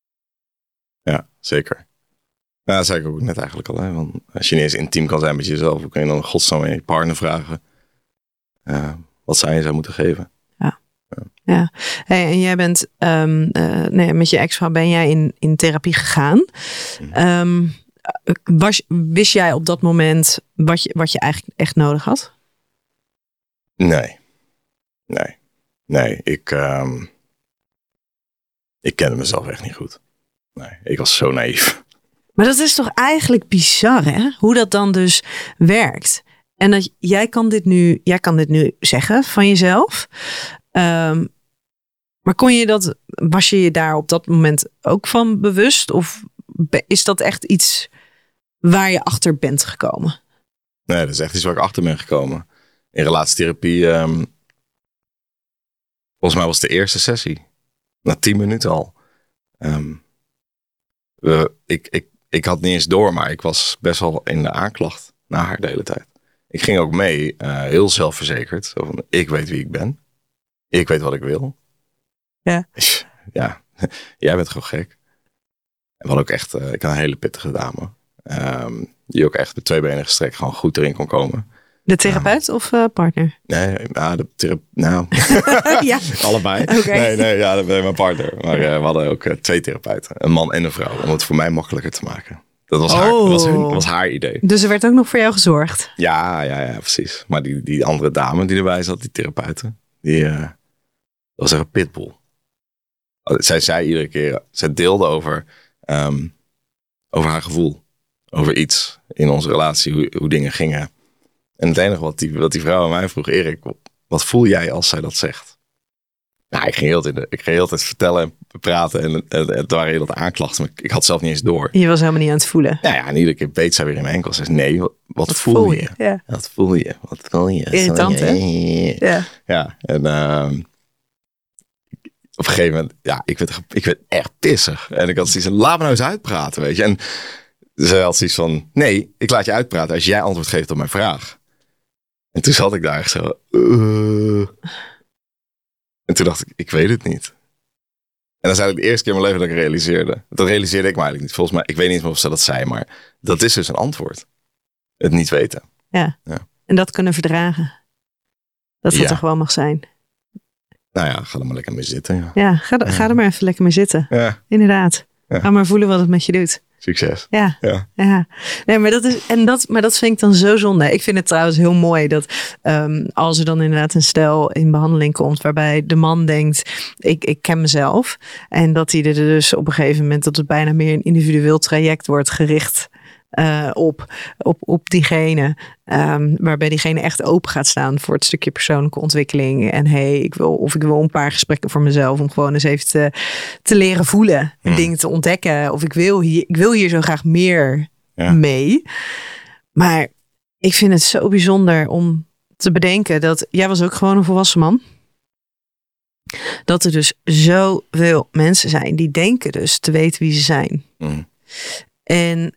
Speaker 4: Ja, zeker. Nou, dat zei ik ook net eigenlijk al. Hè? Want als je niet eens intiem kan zijn met jezelf, hoe kun je dan godsnaam aan je partner vragen uh, wat zij je zou moeten geven?
Speaker 3: Ja. ja. ja. Hey, en jij bent um, uh, nee, met je ex-vrouw ben jij in, in therapie gegaan. Mm. Um, was, wist jij op dat moment wat je, wat je eigenlijk echt nodig had?
Speaker 4: Nee. Nee. Nee, ik, um, ik kende mezelf echt niet goed. Nee, ik was zo naïef.
Speaker 3: Maar dat is toch eigenlijk bizar, hè? Hoe dat dan dus werkt. En dat jij kan dit nu, jij kan dit nu zeggen van jezelf. Um, maar kon je dat, was je je daar op dat moment ook van bewust? Of is dat echt iets waar je achter bent gekomen?
Speaker 4: Nee, dat is echt iets waar ik achter ben gekomen. In relatietherapie, um, volgens mij was het de eerste sessie. Na tien minuten al. Um, we, ik, ik, ik had niet eens door, maar ik was best wel in de aanklacht na haar de hele tijd. Ik ging ook mee, uh, heel zelfverzekerd. Zo van, ik weet wie ik ben. Ik weet wat ik wil.
Speaker 3: Ja.
Speaker 4: Ja, jij bent gewoon gek. En wat ook echt, uh, ik had een hele pittige dame. Um, die ook echt met twee benen gestrekt gewoon goed erin kon komen.
Speaker 3: De therapeut um, of uh, partner?
Speaker 4: Nee, nou, de therapeut, nou.
Speaker 3: Ja.
Speaker 4: Allebei.
Speaker 3: Okay.
Speaker 4: Nee, nee, ja, dat ben mijn partner. Maar uh, we hadden ook uh, twee therapeuten. Een man en een vrouw. Om het voor mij makkelijker te maken. Dat was,
Speaker 3: oh.
Speaker 4: haar, dat was, hun, dat was haar idee.
Speaker 3: Dus er werd ook nog voor jou gezorgd?
Speaker 4: Ja, ja, ja, precies. Maar die, die andere dame die erbij zat, die therapeuten. Die uh, dat was echt een pitbull. Zij zei iedere keer, zij deelde over, um, over haar gevoel. Over iets in onze relatie, hoe, hoe dingen gingen. En het enige wat die, wat die vrouw aan mij vroeg, Erik, wat voel jij als zij dat zegt? Nou, ik ging heel tijd, ik ging heel tijd vertellen praten. En het, het waren heel wat aanklachten. Maar ik had zelf niet eens door.
Speaker 3: Je was helemaal niet aan het voelen.
Speaker 4: Nou ja, en iedere keer beet zij weer in mijn enkel. Ze zei, nee, wat, wat, wat voel, voel je? je?
Speaker 3: Ja.
Speaker 4: Wat voel je? Wat voel je?
Speaker 3: Irritant, hè?
Speaker 4: Ja. Ja, en uh, op een gegeven moment, ja, ik werd, ik werd echt pissig. En ik had zoiets van, laat me nou eens uitpraten, weet je. En ze had zoiets van, nee, ik laat je uitpraten als jij antwoord geeft op mijn vraag. En toen zat ik daar echt zo. Uh. En toen dacht ik, ik weet het niet. En dat is eigenlijk de eerste keer in mijn leven dat ik realiseerde. Dat realiseerde ik me eigenlijk niet. Volgens mij, ik weet niet eens of ze dat zei, maar dat is dus een antwoord. Het niet weten.
Speaker 3: Ja, ja. En dat kunnen verdragen. Dat dat ja. er gewoon mag zijn.
Speaker 4: Nou ja, ga er maar lekker mee zitten. Ja,
Speaker 3: ja, ga, er, ja. ga er maar even lekker mee zitten.
Speaker 4: Ja.
Speaker 3: Inderdaad.
Speaker 4: Ja.
Speaker 3: Ga maar voelen wat het met je doet.
Speaker 4: Succes.
Speaker 3: Ja.
Speaker 4: Ja.
Speaker 3: ja. Nee, maar dat is en dat, maar dat vind ik dan zo zonde. Ik vind het trouwens heel mooi dat um, als er dan inderdaad een stel in behandeling komt waarbij de man denkt, ik, ik ken mezelf. En dat hij er dus op een gegeven moment dat het bijna meer een individueel traject wordt gericht uh, op, op, op diegene. Um, waarbij diegene echt open gaat staan voor het stukje persoonlijke ontwikkeling. En hey, ik wil of ik wil een paar gesprekken voor mezelf om gewoon eens even te, te leren voelen. Hmm. Dingen te ontdekken. Of ik wil hier, ik wil hier zo graag meer ja. mee. Maar ik vind het zo bijzonder om te bedenken dat jij was ook gewoon een volwassen man. Dat er dus zoveel mensen zijn die denken dus te weten wie ze zijn.
Speaker 4: Hmm.
Speaker 3: En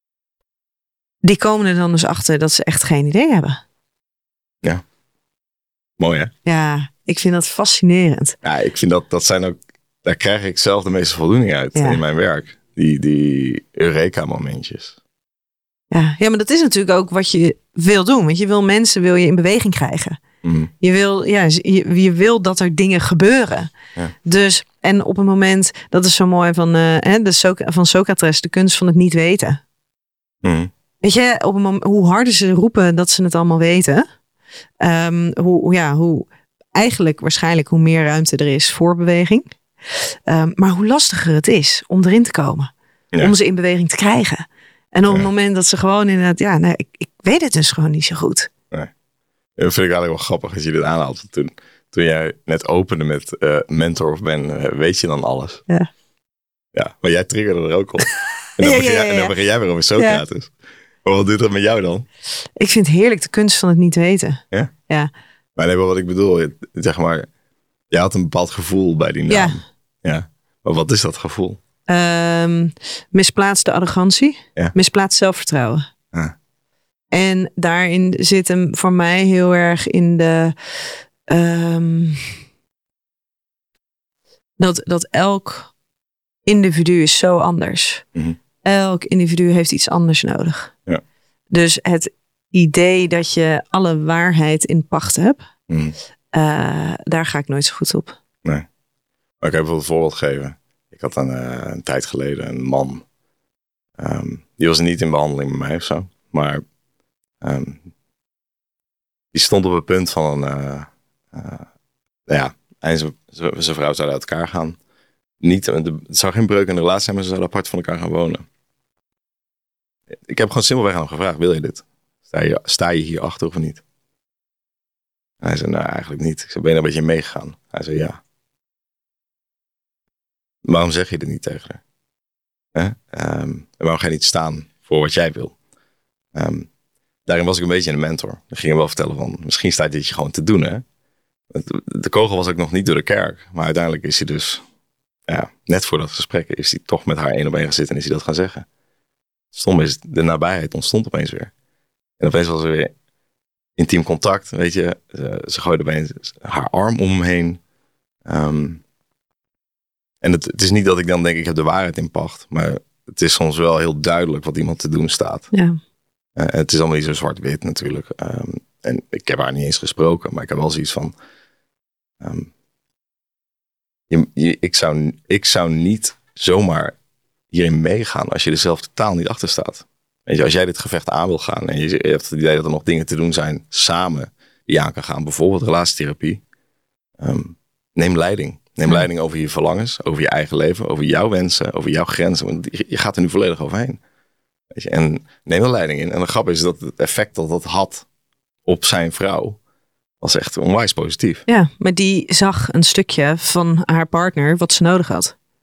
Speaker 3: die komen er dan dus achter dat ze echt geen idee hebben.
Speaker 4: Ja. Mooi hè?
Speaker 3: Ja, ik vind dat fascinerend.
Speaker 4: Ja, ik vind dat, dat zijn ook, daar krijg ik zelf de meeste voldoening uit ja. in mijn werk. Die, die Eureka momentjes.
Speaker 3: Ja. ja, maar dat is natuurlijk ook wat je wil doen. Want je wil mensen wil je in beweging krijgen.
Speaker 4: Mm.
Speaker 3: Je wil, ja, je, je wil dat er dingen gebeuren.
Speaker 4: Ja.
Speaker 3: Dus, en op een moment, dat is zo mooi van, uh, hè, de so- van Socrates, de kunst van het niet weten.
Speaker 4: Mm.
Speaker 3: Weet je, op een moment, hoe harder ze roepen dat ze het allemaal weten. Um, hoe, ja, hoe eigenlijk waarschijnlijk hoe meer ruimte er is voor beweging. Um, maar hoe lastiger het is om erin te komen. Ja. Om ze in beweging te krijgen. En op ja. het moment dat ze gewoon inderdaad, ja, nee, ik, ik weet het dus gewoon niet zo goed.
Speaker 4: Nee. Dat vind ik eigenlijk wel grappig als je dit aanhaalt. Toen, toen jij net opende met uh, mentor of ben, uh, weet je dan alles?
Speaker 3: Ja.
Speaker 4: Ja, maar jij triggerde er ook op. En dan,
Speaker 3: ja,
Speaker 4: begin,
Speaker 3: ja, ja,
Speaker 4: jij, en dan begin jij weer over Socrates. Ja. Maar wat doet dat met jou dan?
Speaker 3: Ik vind het heerlijk de kunst van het niet weten.
Speaker 4: Ja?
Speaker 3: Ja.
Speaker 4: Maar nee, maar wat ik bedoel, zeg maar, jij had een bepaald gevoel bij die naam.
Speaker 3: Ja.
Speaker 4: Ja. Maar wat is dat gevoel?
Speaker 3: Um, misplaatste arrogantie.
Speaker 4: Ja.
Speaker 3: Misplaatst zelfvertrouwen.
Speaker 4: Ja.
Speaker 3: En daarin zit hem voor mij heel erg in de... Um, dat, dat elk individu is zo anders.
Speaker 4: Mm-hmm.
Speaker 3: Elk individu heeft iets anders nodig.
Speaker 4: Ja.
Speaker 3: Dus het idee dat je alle waarheid in pacht hebt,
Speaker 4: mm.
Speaker 3: uh, daar ga ik nooit zo goed op.
Speaker 4: Nee. Maar ik heb bijvoorbeeld een voorbeeld gegeven. Ik had een, uh, een tijd geleden een man. Um, die was niet in behandeling met mij of zo. Maar um, die stond op het punt van een... Uh, uh, nou ja, hij en zijn vrouw zouden uit elkaar gaan. Niet, het zou geen breuk in de relatie zijn, maar ze zouden apart van elkaar gaan wonen. Ik heb gewoon simpelweg aan hem gevraagd, wil je dit? Sta je, sta je hier achter of niet? Hij zei, nou eigenlijk niet. Ik zei, ben je er een beetje meegegaan? Hij zei, ja. Waarom zeg je dit niet tegen haar? Eh? Um, waarom ga je niet staan voor wat jij wil? Um, daarin was ik een beetje een mentor. Dan ging hem wel vertellen van, misschien staat dit je gewoon te doen. Hè? De kogel was ook nog niet door de kerk. Maar uiteindelijk is hij dus... Ja, net voor dat gesprek is hij toch met haar één op één gaan zitten en is hij dat gaan zeggen. Stom is, de nabijheid ontstond opeens weer. En opeens was er weer intiem contact, weet je. Ze, ze gooide opeens haar arm om hem heen. Um, en het, het is niet dat ik dan denk, ik heb de waarheid in pacht. Maar het is soms wel heel duidelijk wat iemand te doen staat.
Speaker 3: Ja.
Speaker 4: Uh, het is allemaal niet zo zwart-wit natuurlijk. Um, en ik heb haar niet eens gesproken, maar ik heb wel zoiets van... Um, Je, je, ik, zou, ik zou niet zomaar hierin meegaan als je er zelf totaal niet achter staat. Weet je, als jij dit gevecht aan wil gaan en je, je hebt het idee dat er nog dingen te doen zijn samen die je aan kan gaan, bijvoorbeeld relatietherapie, um, neem leiding. Neem ja. leiding over je verlangens, over je eigen leven, over jouw wensen, over jouw grenzen. Want je, je gaat er nu volledig overheen. Weet je, en neem er leiding in. En de grap is dat het effect dat dat had op zijn vrouw was echt onwijs positief.
Speaker 3: Ja, maar die zag een stukje van haar partner wat ze nodig had.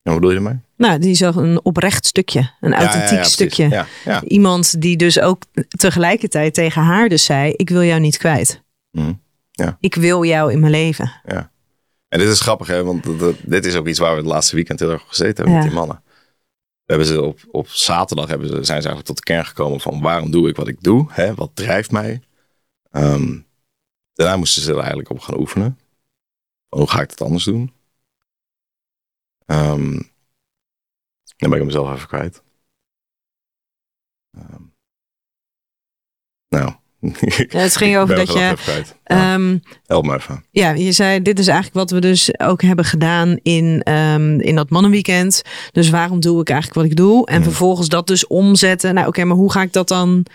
Speaker 4: En wat bedoel je ermee?
Speaker 3: Nou, die zag een oprecht stukje. Een authentiek
Speaker 4: ja, ja, ja,
Speaker 3: stukje.
Speaker 4: Ja, ja.
Speaker 3: Iemand die dus ook tegelijkertijd tegen haar dus zei... ik wil jou niet kwijt.
Speaker 4: Mm, ja.
Speaker 3: Ik wil jou in mijn leven.
Speaker 4: Ja. En dit is grappig, hè? Want dat, dat, dit is ook iets waar we het laatste weekend heel erg gezeten hebben
Speaker 3: Ja.
Speaker 4: met die mannen. We hebben ze op, op zaterdag hebben ze, zijn ze eigenlijk tot de kern gekomen van waarom doe ik wat ik doe? Hè? Wat drijft mij? Um, daarna moesten ze er eigenlijk op gaan oefenen. Van, hoe ga ik het anders doen? Um, dan ben ik mezelf even kwijt. Um, nou...
Speaker 3: Ja, het ging over dat je...
Speaker 4: Ja.
Speaker 3: Um,
Speaker 4: Help me even.
Speaker 3: Ja, je zei, dit is eigenlijk wat we dus ook hebben gedaan in, um, in dat mannenweekend. Dus waarom doe ik eigenlijk wat ik doe? En mm. vervolgens dat dus omzetten. Nou oké, okay, maar hoe ga ik dat dan...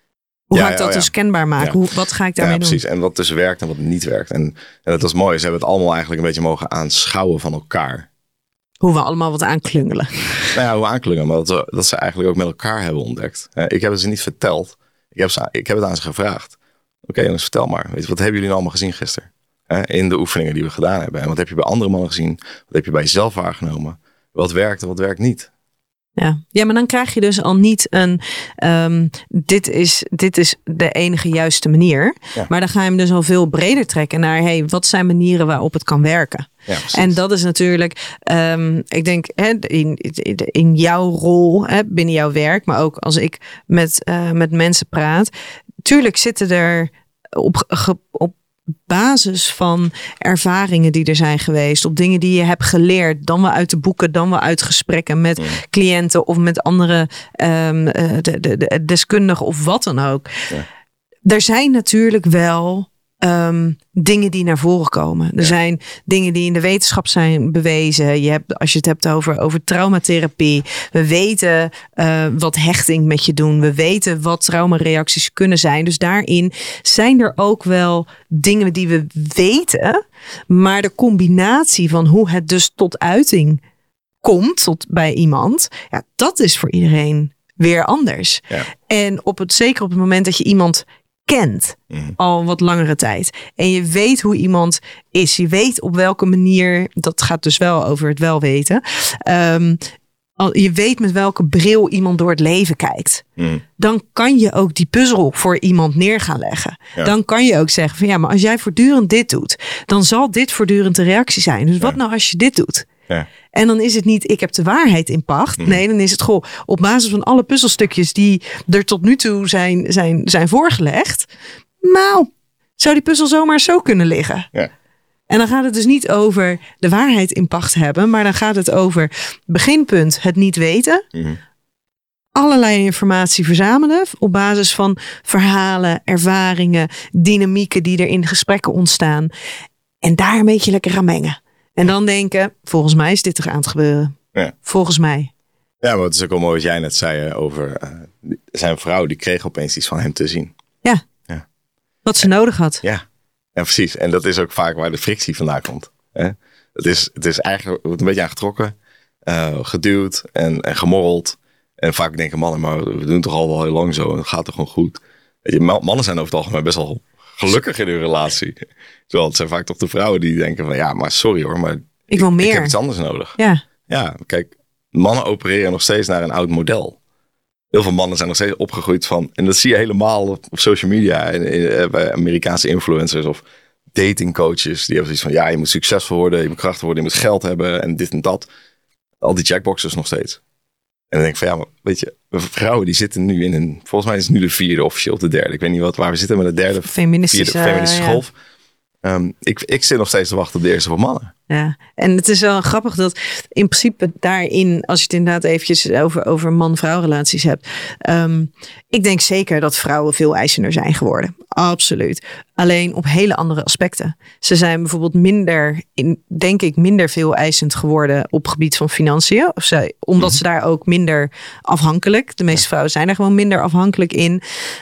Speaker 3: Hoe
Speaker 4: ja,
Speaker 3: ga ik dat
Speaker 4: ja, ja.
Speaker 3: dus kenbaar maken?
Speaker 4: Ja.
Speaker 3: Hoe, wat ga ik daarmee
Speaker 4: ja,
Speaker 3: doen?
Speaker 4: Precies. En wat dus werkt en wat niet werkt. En, en dat was mooi. Ze hebben het allemaal eigenlijk een beetje mogen aanschouwen van elkaar.
Speaker 3: Hoe we allemaal wat aanklungelen.
Speaker 4: Nou ja, hoe aanklungelen. Maar dat, dat ze eigenlijk ook met elkaar hebben ontdekt. Ik heb het ze niet verteld. Ik heb, ze, ik heb het aan ze gevraagd. Oké, okay, jongens, vertel maar. Weet je, wat hebben jullie nou allemaal gezien gisteren? Hè, in de oefeningen die we gedaan hebben. En wat heb je bij andere mannen gezien? Wat heb je bij jezelf waargenomen? Wat werkt en wat werkt niet?
Speaker 3: Ja. ja, maar dan krijg je dus al niet een... Um, dit, is, dit is de enige juiste manier. Ja. Maar dan ga je hem dus al veel breder trekken naar... hey, wat zijn manieren waarop het kan werken? Ja, en dat is natuurlijk... Um, ik denk hè, in, in jouw rol hè, binnen jouw werk... maar ook als ik met, uh, met mensen praat... Tuurlijk zitten er op, op basis van ervaringen die er zijn geweest, op dingen die je hebt geleerd, dan wel uit de boeken, dan wel uit gesprekken met ja. cliënten of met andere um, de, de, de deskundigen of wat dan ook. Ja. Er zijn natuurlijk wel um, dingen die naar voren komen. Er ja. zijn dingen die in de wetenschap zijn bewezen. Je hebt, als je het hebt over, over traumatherapie. We weten uh, wat hechting met je doen. We weten wat traumareacties kunnen zijn. Dus daarin zijn er ook wel dingen die we weten. Maar de combinatie van hoe het dus tot uiting komt tot bij iemand. Ja, dat is voor iedereen weer anders. Ja. En op het, zeker op het moment dat je iemand kent mm. al wat langere tijd. En je weet hoe iemand is. Je weet op welke manier, dat gaat dus wel over het wel weten. Um, je weet met welke bril iemand door het leven kijkt. Mm. Dan kan je ook die puzzel voor iemand neer gaan leggen. Ja. Dan kan je ook zeggen van ja, maar als jij voortdurend dit doet, dan zal dit voortdurend de reactie zijn. Dus wat ja. nou als je dit doet? Ja. En dan is het niet, ik heb de waarheid in pacht. Mm. Nee, dan is het goh, op basis van alle puzzelstukjes die er tot nu toe zijn, zijn, zijn voorgelegd. Nou, zou die puzzel zomaar zo kunnen liggen? Ja. En dan gaat het dus niet over de waarheid in pacht hebben. Maar dan gaat het over beginpunt, het niet weten. Mm. Allerlei informatie verzamelen op basis van verhalen, ervaringen, dynamieken die er in gesprekken ontstaan. En daar een beetje lekker aan mengen. En dan denken, volgens mij is dit toch aan het gebeuren. Ja. Volgens mij.
Speaker 4: Ja, maar het is ook wel mooi wat jij net zei over uh, zijn vrouw. Die kreeg opeens iets van hem te zien.
Speaker 3: Ja, ja. Wat ze ja. nodig had.
Speaker 4: Ja. ja, precies. En dat is ook vaak waar de frictie vandaan komt. Hè? Het, is, het is eigenlijk wordt een beetje aangetrokken. Uh, geduwd en, en gemorreld. En vaak denken mannen, maar we doen toch al wel heel lang zo. En het gaat toch gewoon goed. Weet je, mannen zijn over het algemeen best wel gelukkig in hun relatie. Terwijl het zijn vaak toch de vrouwen die denken van ja, maar sorry hoor, maar
Speaker 3: ik wil meer.
Speaker 4: Ik heb iets anders nodig.
Speaker 3: Ja.
Speaker 4: Ja, kijk, mannen opereren nog steeds naar een oud model. Heel veel mannen zijn nog steeds opgegroeid van, en dat zie je helemaal op, op social media, en, bij Amerikaanse influencers of datingcoaches, die hebben zoiets van ja, je moet succesvol worden, je moet krachtig worden, je moet geld hebben en dit en dat. Al die checkboxes nog steeds. En dan denk ik van ja, maar weet je, vrouwen die zitten nu in een, volgens mij is het nu de vierde officieel, of de derde. Ik weet niet wat, waar we zitten met de derde,
Speaker 3: feministische,
Speaker 4: vierde, feministische
Speaker 3: ja.
Speaker 4: golf. Um, ik, ik zit nog steeds te wachten op de eerste voor mannen.
Speaker 3: Ja, en het is wel grappig dat in principe daarin, als je het inderdaad eventjes over, over man-vrouw relaties hebt. Um, ik denk zeker dat vrouwen veel eisender zijn geworden. Absoluut. Alleen op hele andere aspecten. Ze zijn bijvoorbeeld minder, in, denk ik, minder veel eisend geworden op het gebied van financiën. Of zij, omdat mm-hmm. ze daar ook minder afhankelijk. De meeste ja. vrouwen zijn er gewoon minder afhankelijk in.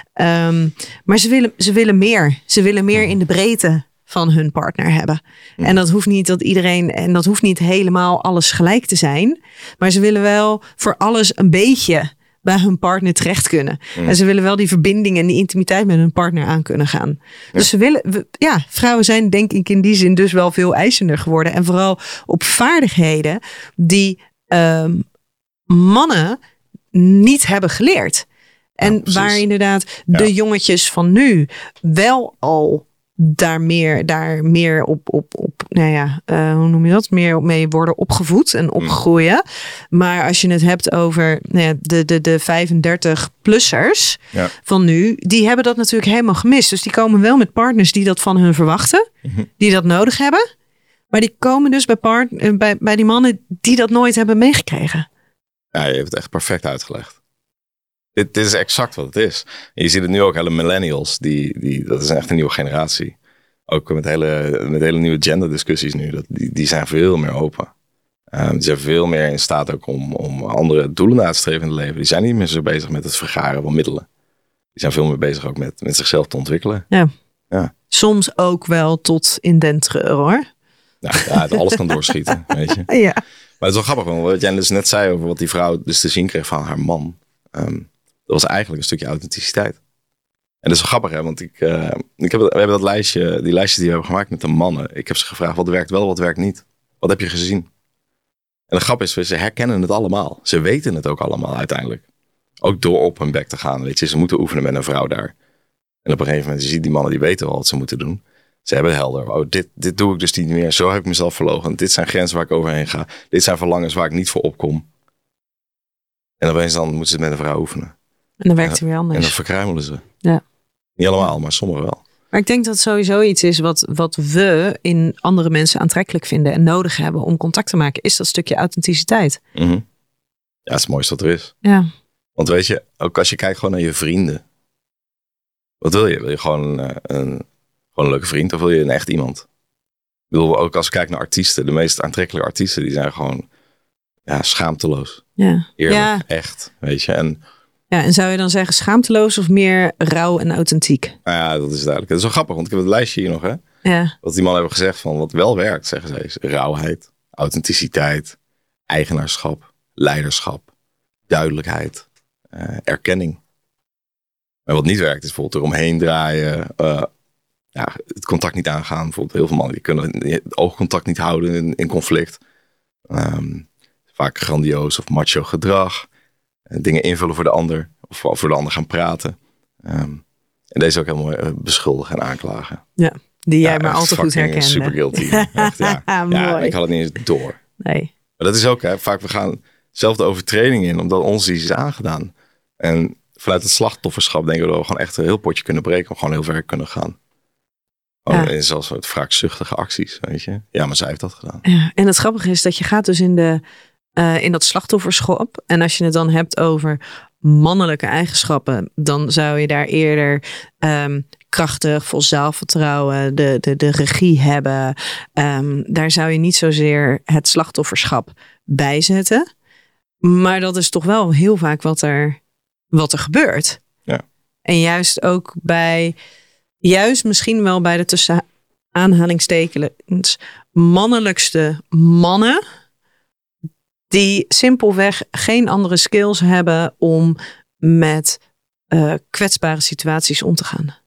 Speaker 3: Um, maar ze willen, ze willen meer. Ze willen meer in de breedte van hun partner hebben. Mm. En dat hoeft niet dat iedereen, en dat hoeft niet helemaal alles gelijk te zijn. Maar ze willen wel voor alles een beetje bij hun partner terecht kunnen. Mm. En ze willen wel die verbinding en die intimiteit met hun partner aan kunnen gaan. Ja. Dus ze willen, ja, vrouwen zijn denk ik in die zin dus wel veel eisender geworden. En vooral op vaardigheden die um, mannen niet hebben geleerd. En
Speaker 4: Ja,
Speaker 3: waar inderdaad de
Speaker 4: Ja.
Speaker 3: jongetjes van nu wel al daar meer, daar meer op, op, op nou ja, uh, hoe noem je dat? Meer op mee worden opgevoed en opgroeien. Mm. Maar als je het hebt over nou ja, de, de, de vijfendertig-plussers
Speaker 4: Ja.
Speaker 3: van nu, die hebben dat natuurlijk helemaal gemist. Dus die komen wel met partners die dat van hun verwachten,
Speaker 4: Mm-hmm.
Speaker 3: die dat nodig hebben. Maar die komen dus bij, part, bij, bij die mannen die dat nooit hebben meegekregen.
Speaker 4: Ja, je hebt het echt perfect uitgelegd. Dit, dit is exact wat het is. En je ziet het nu ook, hele millennials, die, die, dat is echt een nieuwe generatie. Ook met hele, met hele nieuwe genderdiscussies nu. Dat, die, die zijn veel meer open. Um, die zijn veel meer in staat ook om, om andere doelen na te streven in het leven. Die zijn niet meer zo bezig met het vergaren van middelen. Die zijn veel meer bezig ook met, met zichzelf te ontwikkelen.
Speaker 3: Ja.
Speaker 4: Ja.
Speaker 3: Soms ook wel tot in den treur, hoor.
Speaker 4: Nou, ja, het alles kan doorschieten, weet je.
Speaker 3: Ja.
Speaker 4: Maar het is wel grappig, want wat jij dus net zei over wat die vrouw dus te zien kreeg van haar man. Um, dat was eigenlijk een stukje authenticiteit. En dat is wel grappig, hè, want ik, uh, ik heb, we hebben dat lijstje, die lijstjes die we hebben gemaakt met de mannen. Ik heb ze gevraagd, wat werkt wel, wat werkt niet? Wat heb je gezien? En de grap is, ze herkennen het allemaal. Ze weten het ook allemaal uiteindelijk. Ook door op hun bek te gaan, weet je. Ze moeten oefenen met een vrouw daar. En op een gegeven moment, je ziet die mannen, die weten wel wat ze moeten doen. Ze hebben het helder. Oh, dit, dit doe ik dus niet meer. Zo heb ik mezelf verloochend. Dit zijn grenzen waar ik overheen ga. Dit zijn verlangens waar ik niet voor opkom. En opeens dan moeten ze het met een vrouw oefenen.
Speaker 3: En dan werkt het weer anders.
Speaker 4: En dan verkruimelen ze.
Speaker 3: Ja.
Speaker 4: Niet allemaal, maar sommigen wel.
Speaker 3: Maar ik denk dat het sowieso iets is wat, wat we in andere mensen aantrekkelijk vinden en nodig hebben om contact te maken, is dat sstukje authenticiteit.
Speaker 4: Mm-hmm. Ja, het is het mooiste wat er is.
Speaker 3: Ja.
Speaker 4: Want weet je, ook als je kijkt gewoon naar je vrienden. Wat wil je? Wil je gewoon een, een, gewoon een leuke vriend of wil je een echt iemand? Ik bedoel, ook als ik kijk naar artiesten, de meest aantrekkelijke artiesten, die zijn gewoon ja, schaamteloos.
Speaker 3: Ja.
Speaker 4: Eerlijk,
Speaker 3: Ja.
Speaker 4: echt, weet je. En
Speaker 3: Ja, en zou je dan zeggen schaamteloos of meer rauw en authentiek?
Speaker 4: nou ja, dat is duidelijk. Het is wel grappig, want ik heb het lijstje hier nog, hè.
Speaker 3: Ja.
Speaker 4: Wat die mannen hebben gezegd van wat wel werkt, zeggen ze, is rauwheid, authenticiteit, eigenaarschap, leiderschap, duidelijkheid, uh, erkenning. Maar wat niet werkt is bijvoorbeeld eromheen draaien, uh, ja, het contact niet aangaan. Bijvoorbeeld heel veel mannen die kunnen het oogcontact niet houden in, in conflict. Um, vaak grandioos of macho gedrag. Uh, dingen invullen voor de ander of voor de ander gaan praten. Um, en deze ook heel mooi uh, beschuldigen en aanklagen.
Speaker 3: Ja, die jij
Speaker 4: Ja,
Speaker 3: maar
Speaker 4: echt
Speaker 3: al te goed
Speaker 4: fucking
Speaker 3: herkende.
Speaker 4: Super guilty. Echt, ja.
Speaker 3: Mooi.
Speaker 4: Ja, ik had het niet eens door.
Speaker 3: Nee.
Speaker 4: Maar dat is ook, hè, vaak we gaan zelf de overtreding in, omdat ons iets is aangedaan. En vanuit het slachtofferschap denken we dat we gewoon echt een heel potje kunnen breken, om gewoon heel ver kunnen gaan. Oh,
Speaker 3: Ja.
Speaker 4: en zelfs soort wraakzuchtige acties, weet je. Ja, maar zij heeft dat gedaan.
Speaker 3: Ja, en het grappige is dat je gaat dus in, de, uh, in dat slachtofferschap. En als je het dan hebt over mannelijke eigenschappen, dan zou je daar eerder um, krachtig, vol zelfvertrouwen, de, de, de regie hebben. Um, daar zou je niet zozeer het slachtofferschap bij zetten. Maar dat is toch wel heel vaak wat er, wat er gebeurt.
Speaker 4: Ja.
Speaker 3: En juist ook bij, juist misschien wel bij de tussen aanhalingstekens mannelijkste mannen, die simpelweg geen andere skills hebben om met uh, kwetsbare situaties om te gaan.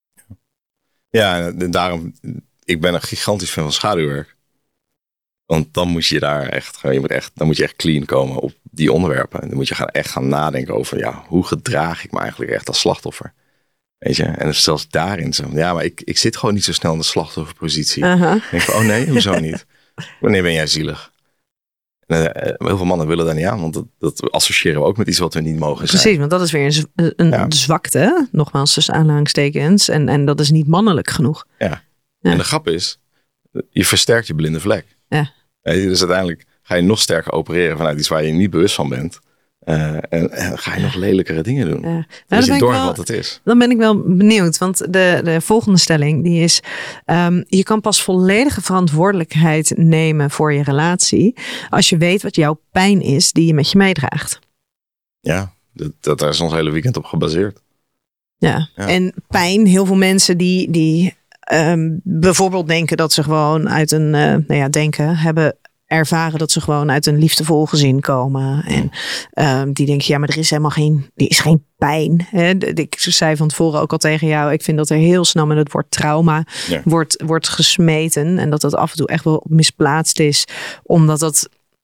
Speaker 4: Ja, en daarom, ik ben een gigantisch fan van schaduwwerk. Want dan moet je daar echt, je moet echt, dan moet je echt clean komen op die onderwerpen. En dan moet je gaan, echt gaan nadenken over, ja, hoe gedraag ik me eigenlijk echt als slachtoffer? Weet je, en zelfs daarin zo, ja, maar ik, ik zit gewoon niet zo snel in de slachtofferpositie.
Speaker 3: Uh-huh.
Speaker 4: Ik denk van, oh nee, hoezo niet? Wanneer ben jij zielig? En, uh, heel veel mannen willen daar niet aan, want dat, dat associëren we ook met iets wat we niet mogen zijn.
Speaker 3: Precies, want dat is weer een, een
Speaker 4: ja.
Speaker 3: zwakte, nogmaals tussen aanhalingstekens, en, en dat is niet mannelijk genoeg.
Speaker 4: Ja.
Speaker 3: Ja.
Speaker 4: En de grap is, je versterkt je blinde vlek.
Speaker 3: Ja.
Speaker 4: Dus uiteindelijk ga je nog sterker opereren vanuit iets waar je niet bewust van bent. Uh, en, en ga je nog lelijkere dingen doen.
Speaker 3: Ja. Nou,
Speaker 4: dus je door
Speaker 3: wel,
Speaker 4: wat het is.
Speaker 3: Dan ben ik wel benieuwd. Want de, de volgende stelling die is, Um, je kan pas volledige verantwoordelijkheid nemen voor je relatie als je weet wat jouw pijn is die je met je meedraagt.
Speaker 4: Ja, dat, dat, daar is ons hele weekend op gebaseerd.
Speaker 3: Ja,
Speaker 4: Ja.
Speaker 3: En pijn, heel veel mensen die, die um, bijvoorbeeld denken dat ze gewoon uit een, uh, nou ja, denken, hebben ervaren dat ze gewoon uit een liefdevol gezin komen. En um, die denken, ja, maar er is helemaal geen, er is geen pijn. Hè? Ik zei van tevoren ook al tegen jou, ik vind dat er heel snel met het woord trauma
Speaker 4: Ja.
Speaker 3: wordt, wordt gesmeten. En dat dat af en toe echt wel misplaatst is. Omdat dat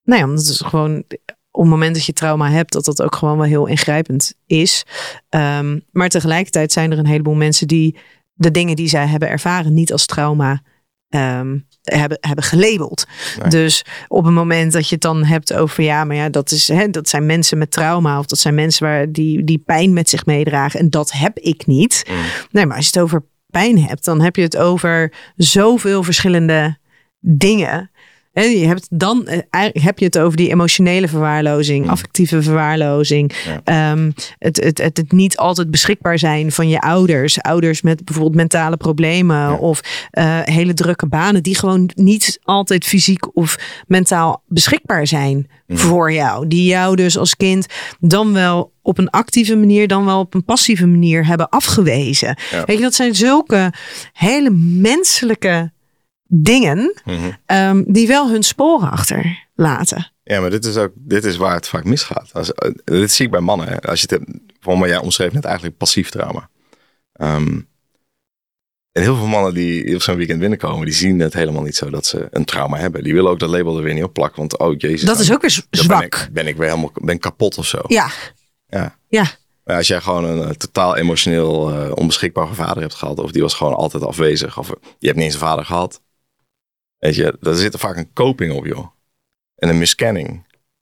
Speaker 3: Nou ja, omdat het gewoon op het moment dat je trauma hebt, dat dat ook gewoon wel heel ingrijpend is. Um, maar tegelijkertijd zijn er een heleboel mensen die de dingen die zij hebben ervaren niet als trauma um, hebben, hebben gelabeld. Nee. Dus op het moment dat je het dan hebt over ja, maar ja, dat, is, hè, dat zijn mensen met trauma of dat zijn mensen waar die, die pijn met zich meedragen en dat heb ik niet. Mm. Nee, maar als je het over pijn hebt, dan heb je het over zoveel verschillende dingen. Je hebt dan heb je het over die emotionele verwaarlozing, mm. affectieve verwaarlozing. Ja. Um, het, het, het, het niet altijd beschikbaar zijn van je ouders. Ouders met bijvoorbeeld mentale problemen ja. of uh, hele drukke banen die gewoon niet altijd fysiek of mentaal beschikbaar zijn mm. voor jou. Die jou dus als kind dan wel op een actieve manier, dan wel op een passieve manier hebben afgewezen. Ja. Weet je, dat zijn zulke hele menselijke dingen mm-hmm. um, die wel hun sporen achterlaten.
Speaker 4: Ja, maar dit is ook dit is waar het vaak misgaat. Als, uh, dit zie ik bij mannen. Hè. Als je het hebt, voor mij jij omschreef net eigenlijk passief trauma. Um, en heel veel mannen die op zo'n weekend binnenkomen, die zien het helemaal niet zo dat ze een trauma hebben. Die willen ook dat label er weer niet op plakken, want oh jezus.
Speaker 3: Dat is ook weer zwak.
Speaker 4: Ben ik, ben ik weer helemaal ben kapot of zo.
Speaker 3: Ja.
Speaker 4: Ja.
Speaker 3: Ja.
Speaker 4: Maar als jij gewoon een uh, totaal emotioneel uh, onbeschikbare vader hebt gehad, of die was gewoon altijd afwezig, of uh, je hebt niet eens een vader gehad. Weet je, daar zit er vaak een coping op, joh. En een miskenning.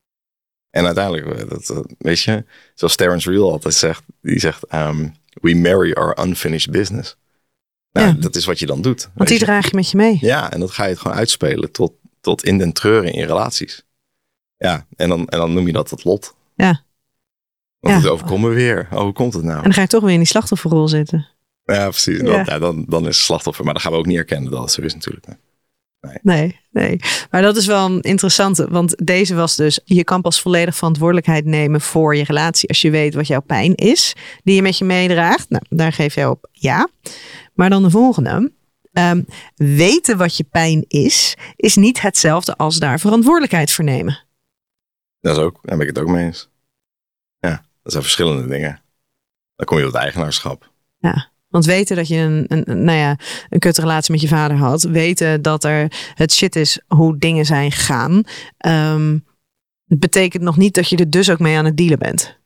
Speaker 4: En uiteindelijk, dat, weet je, zoals Terence Real altijd zegt, die zegt, um, we marry our unfinished business. Nou, ja. Dat is wat je dan doet.
Speaker 3: Want die draag je met je mee.
Speaker 4: Ja, en dat ga je het gewoon uitspelen tot, tot in den treuren in relaties. Ja, en dan, en dan noem je dat het lot.
Speaker 3: Ja.
Speaker 4: Want
Speaker 3: ja.
Speaker 4: het overkomen weer. Oh, hoe komt het nou?
Speaker 3: En dan ga je toch weer in die slachtofferrol zitten.
Speaker 4: Ja, precies.
Speaker 3: Ja.
Speaker 4: Dan, ja, dan, dan is het slachtoffer. Maar dan gaan we ook niet herkennen dat het zo is natuurlijk.
Speaker 3: Nee. nee, nee. Maar dat is wel een interessante. Want deze was dus, je kan pas volledig verantwoordelijkheid nemen voor je relatie als je weet wat jouw pijn is, die je met je meedraagt. Nou, daar geef jij op ja. Maar dan de volgende. Um, weten wat je pijn is, is niet hetzelfde als daar verantwoordelijkheid voor nemen.
Speaker 4: Dat is ook, daar ben ik het ook mee eens. Ja, dat zijn verschillende dingen. Dan kom je op het eigenaarschap.
Speaker 3: Ja. Want weten dat je een, een, nou ja, een kutrelatie met je vader had. Weten dat er het shit is hoe dingen zijn gegaan. Um, het betekent nog niet dat je er dus ook mee aan het dealen bent.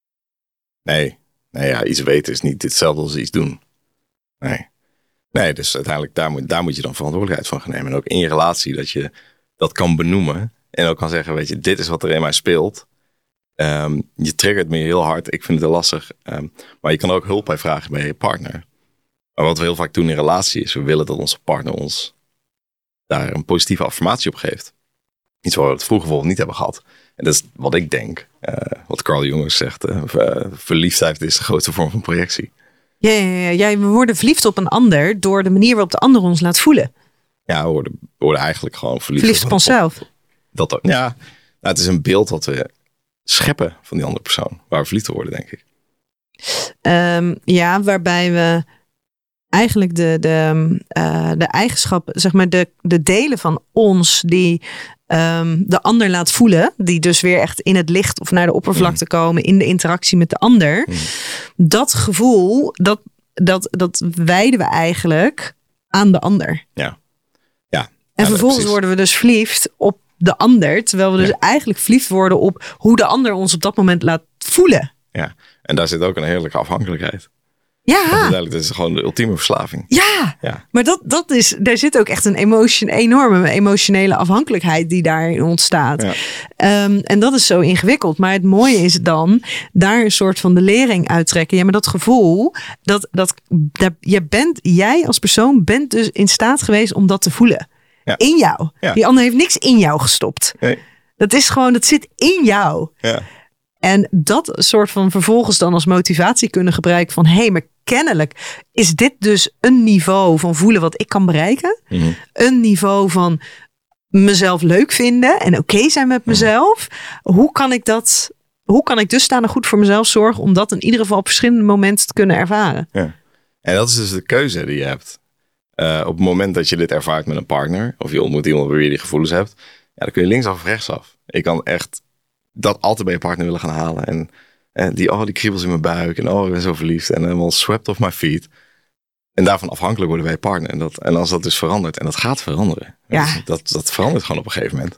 Speaker 4: Nee, nee ja, iets weten is niet hetzelfde als iets doen. Nee. Nee, dus uiteindelijk daar moet, daar moet je dan verantwoordelijkheid van gaan nemen. En ook in je relatie dat je dat kan benoemen. En ook kan zeggen, weet je, dit is wat er in mij speelt. Um, je triggert me heel hard. Ik vind het heel lastig. Um, maar je kan er ook hulp bij vragen bij je partner. Maar wat we heel vaak doen in relatie is, we willen dat onze partner ons daar een positieve affirmatie op geeft. Iets waar we het vroeger bijvoorbeeld niet hebben gehad. En dat is wat ik denk. Uh, wat Carl Jung zegt. Uh, verliefdheid is de grootste vorm van projectie.
Speaker 3: Ja, ja, ja, ja, we worden verliefd op een ander door de manier waarop de ander ons laat voelen.
Speaker 4: Ja, we worden, we worden eigenlijk gewoon verliefd,
Speaker 3: verliefd op onszelf. Op,
Speaker 4: dat, ja, nou, het is een beeld wat we scheppen van die andere persoon. Waar we verliefd op worden, denk ik.
Speaker 3: Um, ja, waarbij we eigenlijk de, de, uh, de eigenschappen, zeg maar de, de delen van ons die um, de ander laat voelen, die dus weer echt in het licht of naar de oppervlakte mm. komen in de interactie met de ander. Mm. Dat gevoel, dat, dat, dat wijden we eigenlijk aan de ander.
Speaker 4: Ja. Ja.
Speaker 3: En
Speaker 4: ja,
Speaker 3: vervolgens
Speaker 4: precies.
Speaker 3: worden we dus verliefd op de ander, terwijl we dus ja. eigenlijk verliefd worden op hoe de ander ons op dat moment laat voelen.
Speaker 4: Ja, en daar zit ook een heerlijke afhankelijkheid.
Speaker 3: Ja.
Speaker 4: Dat is gewoon de ultieme verslaving.
Speaker 3: Ja, ja. Maar dat, dat is, daar zit ook echt een emotion, enorme emotionele afhankelijkheid die daarin ontstaat. Ja. Um, en dat is zo ingewikkeld. Maar het mooie is dan daar een soort van de lering uittrekken. Ja, maar dat gevoel, dat, dat, dat je bent, jij als persoon bent dus in staat geweest om dat te voelen. Ja. In jou. Ja. Die ander heeft niks in jou gestopt. Nee. Dat is gewoon, dat zit in jou.
Speaker 4: Ja.
Speaker 3: En dat soort van vervolgens dan als motivatie kunnen gebruiken van, hé, hey, maar kennelijk is dit dus een niveau van voelen wat ik kan bereiken. Mm-hmm. Een niveau van mezelf leuk vinden en oké okay zijn met mezelf. Mm-hmm. Hoe kan ik dat, hoe kan ik dusdanig goed voor mezelf zorgen om dat in ieder geval op verschillende momenten te kunnen ervaren?
Speaker 4: Ja. En dat is dus de keuze die je hebt. Uh, op het moment dat je dit ervaart met een partner, of je ontmoet iemand waar je die gevoelens hebt, ja, dan kun je linksaf of rechtsaf. Je kan echt dat altijd bij je partner willen gaan halen. En, en die, oh, die kriebels in mijn buik. En oh, ik ben zo verliefd. En helemaal swept off my feet. En daarvan afhankelijk worden bij je partner. En, dat, en als dat dus verandert. En dat gaat veranderen.
Speaker 3: Ja.
Speaker 4: Dat, dat verandert gewoon op een gegeven moment.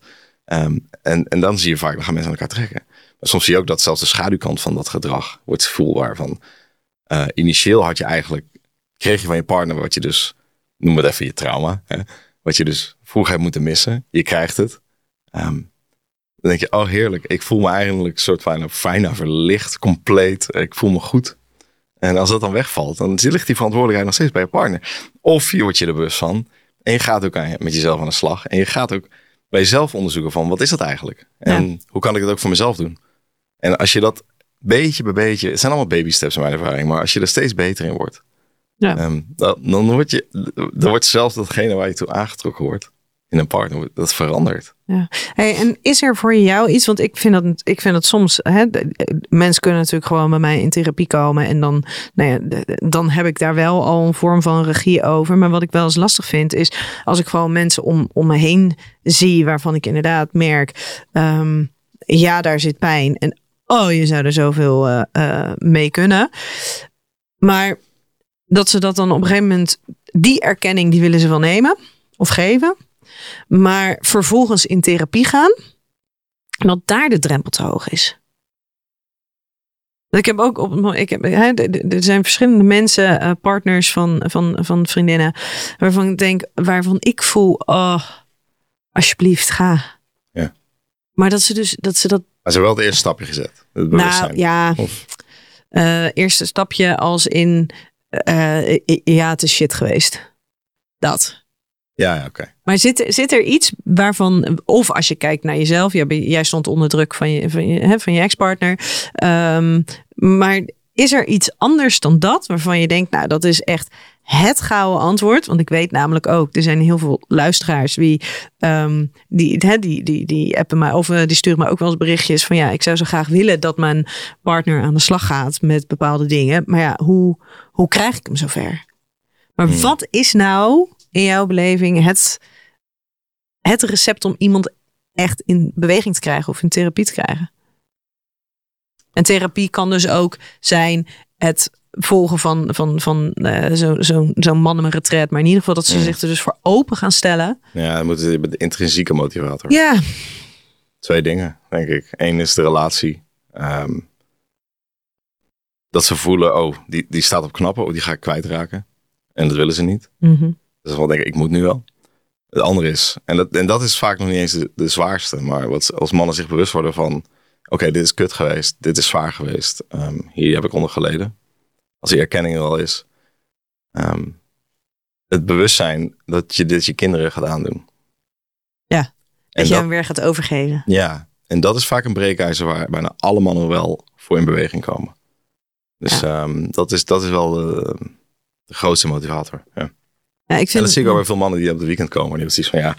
Speaker 4: Um, en, en dan zie je vaak, dan gaan mensen aan elkaar trekken. Maar soms zie je ook dat zelfs de schaduwkant van dat gedrag wordt voelbaar. Van, uh, initieel had je eigenlijk, kreeg je van je partner wat je dus, noem het even je trauma. Hè, wat je dus vroeger hebt moeten missen. Je krijgt het. Um, dan denk je, oh heerlijk. Ik voel me eigenlijk een soort van fijn, verlicht, compleet. Ik voel me goed. En als dat dan wegvalt, dan ligt die verantwoordelijkheid nog steeds bij je partner. Of je wordt je er bewust van. En je gaat ook aan, met jezelf aan de slag. En je gaat ook bij jezelf onderzoeken van, wat is dat eigenlijk? En ja. hoe kan ik het ook voor mezelf doen? En als je dat beetje bij beetje, het zijn allemaal baby steps in mijn ervaring, maar als je er steeds beter in wordt, ja. um, dan, dan word je, dan wordt zelfs datgene waar je toe aangetrokken wordt in een partner, dat verandert.
Speaker 3: Ja. Hey, en is er voor jou iets, want ik vind dat, ik vind dat soms, hè, mensen kunnen natuurlijk gewoon bij mij in therapie komen en dan, nou ja, dan heb ik daar wel al een vorm van regie over. Maar wat ik wel eens lastig vind is, als ik gewoon mensen om, om me heen zie, waarvan ik inderdaad merk, um, ja, daar zit pijn en oh, je zou er zoveel uh, uh, mee kunnen. Maar dat ze dat dan op een gegeven moment, die erkenning, die willen ze wel nemen of geven. Maar vervolgens in therapie gaan, dat daar de drempel te hoog is. Ik heb ook op, ik heb, hè, er zijn verschillende mensen, uh, partners van, van, van vriendinnen, waarvan ik denk, waarvan ik voel, oh, alsjeblieft, ga.
Speaker 4: Ja.
Speaker 3: Maar dat ze dus, dat ze dat.
Speaker 4: Maar ze hebben wel het eerste stapje gezet. Het bewustzijn.
Speaker 3: Nou ja, uh, eerste stapje als in, uh, ja, het is shit geweest. Dat.
Speaker 4: Ja, ja oké. Okay.
Speaker 3: Maar zit, zit er iets waarvan, of als je kijkt naar jezelf, jij, jij stond onder druk van je, van je, hè, van je ex-partner. Um, maar is er iets anders dan dat, waarvan je denkt, nou, dat is echt het gouden antwoord? Want ik weet namelijk ook, er zijn heel veel luisteraars die, um, die, hè, die, die, die appen mij, of uh, die sturen mij ook wel eens berichtjes van, ja, ik zou zo graag willen dat mijn partner aan de slag gaat met bepaalde dingen. Maar ja, hoe, hoe krijg ik hem zover? Maar hmm. wat is nou in jouw beleving het, het recept om iemand echt in beweging te krijgen of in therapie te krijgen? En therapie kan dus ook zijn het volgen van, van, van uh, zo'n zo, zo mannenretreat. Maar in ieder geval dat ze mm. zich er dus voor open gaan stellen.
Speaker 4: Ja, dan moeten de intrinsieke motivator.
Speaker 3: Ja.
Speaker 4: Twee dingen, denk ik. Eén is de relatie. Um, dat ze voelen, oh, die, die staat op knappen. Oh, die ga ik kwijtraken. En dat willen ze niet.
Speaker 3: Mm-hmm.
Speaker 4: Dus dan denk ik, ik moet nu wel. Het andere is, en dat, en dat is vaak nog niet eens de, de zwaarste. Maar wat, als mannen zich bewust worden van, oké, okay, dit is kut geweest. Dit is zwaar geweest. Um, hier heb ik onder geleden. Als die erkenning er al is. Um, het bewustzijn dat je dit je kinderen gaat aandoen.
Speaker 3: Ja, dat en je dat, hem weer gaat overgeven.
Speaker 4: Ja, en dat is vaak een breekijzer waar bijna alle mannen wel voor in beweging komen. Dus ja. um, dat, is, dat is wel de, de grootste motivator. Ja.
Speaker 3: Ja, ik vind
Speaker 4: en dat
Speaker 3: het,
Speaker 4: zie ik ook bij veel mannen die op het weekend komen. Die hebben zoiets van, ja,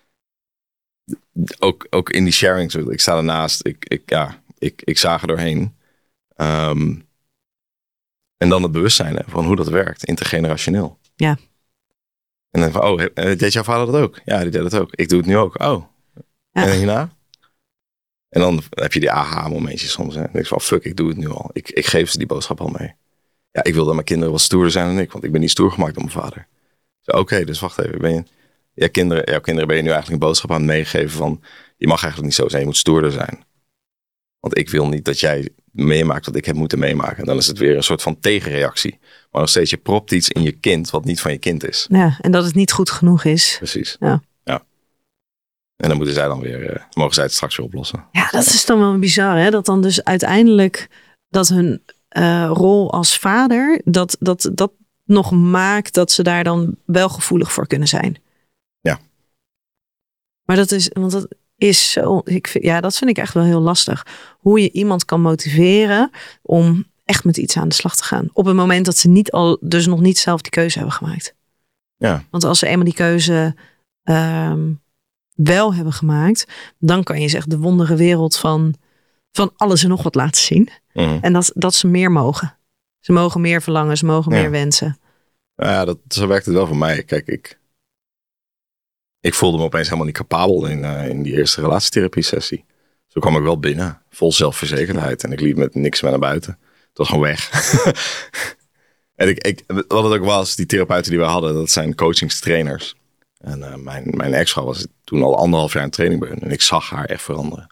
Speaker 4: ook, ook in die sharing. Ik sta ernaast, ik, ik, ja, ik, ik zaag er doorheen. Um, en dan het bewustzijn van hoe dat werkt, intergenerationeel.
Speaker 3: Ja.
Speaker 4: En dan van, oh, deed jouw vader dat ook? Ja, die deed dat ook. Ik doe het nu ook. Oh. Ja. En hierna? En dan heb je die aha-momentjes soms. Hè. Dan denk je van, fuck, ik doe het nu al. Ik, ik geef ze die boodschap al mee. Ja, ik wil dat mijn kinderen wat stoerder zijn dan ik, want ik ben niet stoer gemaakt door mijn vader. Oké, okay, dus wacht even. Ben je, ja, kinderen, jouw kinderen ben je nu eigenlijk een boodschap aan het meegeven van, je mag eigenlijk niet zo zijn, je moet stoerder zijn. Want ik wil niet dat jij meemaakt wat ik heb moeten meemaken. En dan is het weer een soort van tegenreactie. Maar nog steeds, je propt iets in je kind wat niet van je kind is.
Speaker 3: Ja, en dat het niet goed genoeg is.
Speaker 4: Precies.
Speaker 3: Ja.
Speaker 4: ja. En dan moeten zij dan weer, uh, mogen zij het straks weer oplossen.
Speaker 3: Ja, dat is dan wel bizar, hè? Dat dan dus uiteindelijk, dat hun uh, rol als vader, dat, dat, dat nog maakt dat ze daar dan wel gevoelig voor kunnen zijn.
Speaker 4: Ja.
Speaker 3: Maar dat is, want dat is zo, ik vind, ja, dat vind ik echt wel heel lastig. Hoe je iemand kan motiveren om echt met iets aan de slag te gaan. Op het moment dat ze niet al, dus nog niet zelf die keuze hebben gemaakt.
Speaker 4: Ja.
Speaker 3: Want als ze eenmaal die keuze um, wel hebben gemaakt, dan kan je zeg de wondere wereld van, van alles en nog wat laten zien. Mm. En dat, dat ze meer mogen. Ze mogen meer verlangen, ze mogen ja. meer wensen.
Speaker 4: Ja, dat, zo werkt het wel voor mij. Kijk, ik, ik voelde me opeens helemaal niet capabel in, uh, in die eerste relatietherapie sessie. Zo kwam ik wel binnen, vol zelfverzekerdheid. En ik liep met niks meer naar buiten. Het was gewoon weg. en ik, ik, wat het ook was, die therapeuten die we hadden, dat zijn coachingstrainers. En uh, mijn, mijn ex-vrouw was toen al anderhalf jaar in training bij hun. En ik zag haar echt veranderen.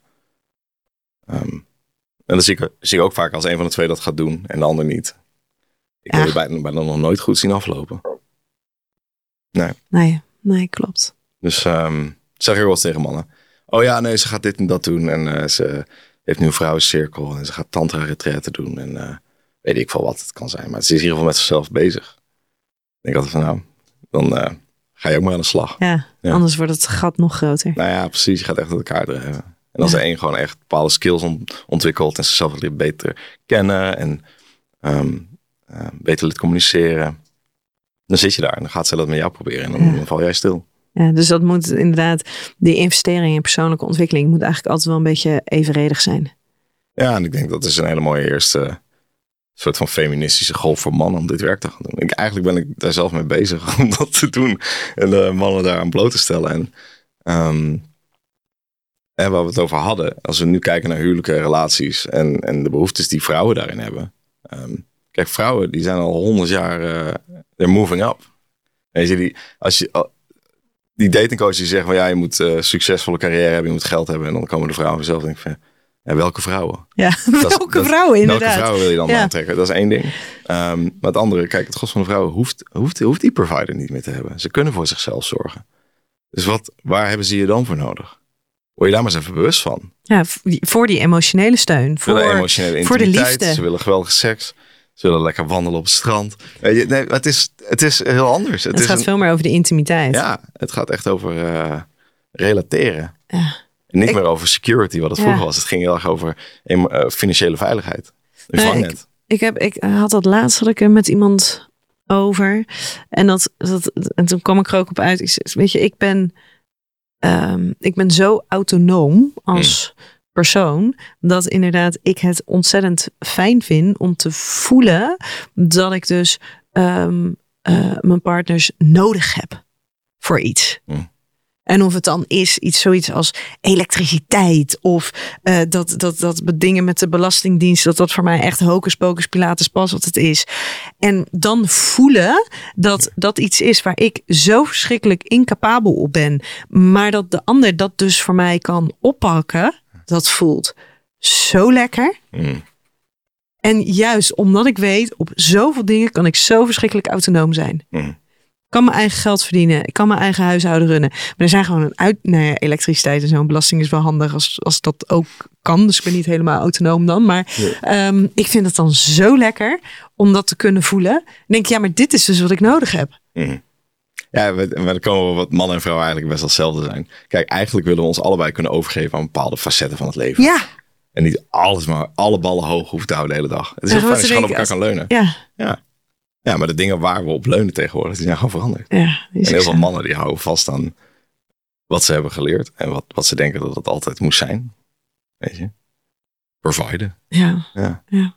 Speaker 4: Um, en dan zie ik, zie ik ook vaak als een van de twee dat gaat doen en de ander niet. Ik ja. wil je bijna, bijna nog nooit goed zien aflopen. Nee.
Speaker 3: Nee, nee, klopt.
Speaker 4: Dus um, zeg ik wel eens tegen mannen. Oh ja, nee, ze gaat dit en dat doen. En uh, ze heeft nu een vrouwencirkel. En ze gaat tantra-retraite doen. En uh, weet ik veel wat het kan zijn. Maar ze is in ieder geval met zichzelf bezig. Ik denk altijd van nou, dan uh, ga je ook maar aan de slag.
Speaker 3: Ja, ja, anders wordt het gat nog groter.
Speaker 4: Nou ja, precies. Je gaat echt uit elkaar drijven. En als ja. de een gewoon echt bepaalde skills ont- ontwikkelt. En zichzelf leert beter kennen. En um, uh, beter leert communiceren. Dan zit je daar en dan gaat ze dat met jou proberen. En dan, ja. dan val jij stil.
Speaker 3: Ja, dus dat moet inderdaad, die investering in persoonlijke ontwikkeling moet eigenlijk altijd wel een beetje evenredig zijn.
Speaker 4: Ja, en ik denk dat is een hele mooie eerste soort van feministische golf voor mannen om dit werk te gaan doen. Ik, eigenlijk ben ik daar zelf mee bezig om dat te doen en de mannen daar aan bloot te stellen. En, um, en waar we het over hadden, als we nu kijken naar huwelijke relaties en, en de behoeftes die vrouwen daarin hebben. Um, kijk, vrouwen die zijn al honderd jaar, uh, they're moving up. Weet je, die, als je... Die datingcoaches die zeggen van ja, je moet uh, succesvolle carrière hebben, je moet geld hebben. En dan komen de vrouwen zelf en denk ik van ja, welke vrouwen?
Speaker 3: Ja, welke is, vrouwen inderdaad.
Speaker 4: Welke vrouwen wil je dan
Speaker 3: ja.
Speaker 4: aantrekken? Dat is één ding. Um, maar het andere, kijk, het gros van de vrouwen hoeft, hoeft, hoeft die provider niet meer te hebben. Ze kunnen voor zichzelf zorgen. Dus wat, waar hebben ze je dan voor nodig? Word je daar maar eens even bewust van?
Speaker 3: Ja, voor die emotionele steun. Voor,
Speaker 4: voor de emotionele
Speaker 3: voor
Speaker 4: intimiteit.
Speaker 3: De liefde.
Speaker 4: Ze willen geweldige seks. Ze willen lekker wandelen op het strand. Nee, het is, het is heel anders. Het,
Speaker 3: het
Speaker 4: is
Speaker 3: gaat
Speaker 4: een,
Speaker 3: veel meer over de intimiteit.
Speaker 4: Ja, het gaat echt over uh, relateren.
Speaker 3: Ja.
Speaker 4: En niet
Speaker 3: ik,
Speaker 4: meer over security, wat het vroeger ja. was. Het ging heel erg over uh, financiële veiligheid. Een
Speaker 3: nee,
Speaker 4: vangnet.
Speaker 3: Ik, ik, heb, ik had dat laatst had ik er met iemand over. En, dat, dat, en toen kwam ik er ook op uit. Ik, weet je, ik ben, um, ik ben zo autonoom als... Hmm. persoon, dat inderdaad ik het ontzettend fijn vind om te voelen dat ik dus um, uh, mijn partners nodig heb voor iets. Mm. En of het dan is iets zoiets als elektriciteit of uh, dat, dat, dat dingen met de Belastingdienst, dat dat voor mij echt hocus pocus pilates pas wat het is. En dan voelen dat dat iets is waar ik zo verschrikkelijk incapabel op ben, maar dat de ander dat dus voor mij kan oppakken. Dat voelt zo lekker. Mm. En juist omdat ik weet, op zoveel dingen kan ik zo verschrikkelijk autonoom zijn. Mm. Ik kan mijn eigen geld verdienen. Ik kan mijn eigen huishouden runnen. Maar er zijn gewoon een uit... Nou ja, elektriciteit en zo'n belasting is wel handig als, als dat ook kan. Dus ik ben niet helemaal autonoom dan. Maar yeah. um, ik vind het dan zo lekker om dat te kunnen voelen. Ik denk, ja, maar dit is dus wat ik nodig heb.
Speaker 4: Mm. Ja, maar dan komen we wat mannen en vrouwen eigenlijk best wel hetzelfde zijn. Kijk, eigenlijk willen we ons allebei kunnen overgeven aan bepaalde facetten van het leven.
Speaker 3: Ja.
Speaker 4: En niet alles maar alle ballen hoog hoeven te houden de hele dag. Het is heel fijn als je gewoon op elkaar kan leunen.
Speaker 3: Ja.
Speaker 4: ja. Ja, maar de dingen waar we op leunen tegenwoordig, die zijn gewoon veranderd.
Speaker 3: Ja,
Speaker 4: en heel veel mannen die houden vast aan wat ze hebben geleerd. En wat, wat ze denken dat het altijd moest zijn. Weet je? Providen.
Speaker 3: Ja.
Speaker 4: ja.
Speaker 3: ja.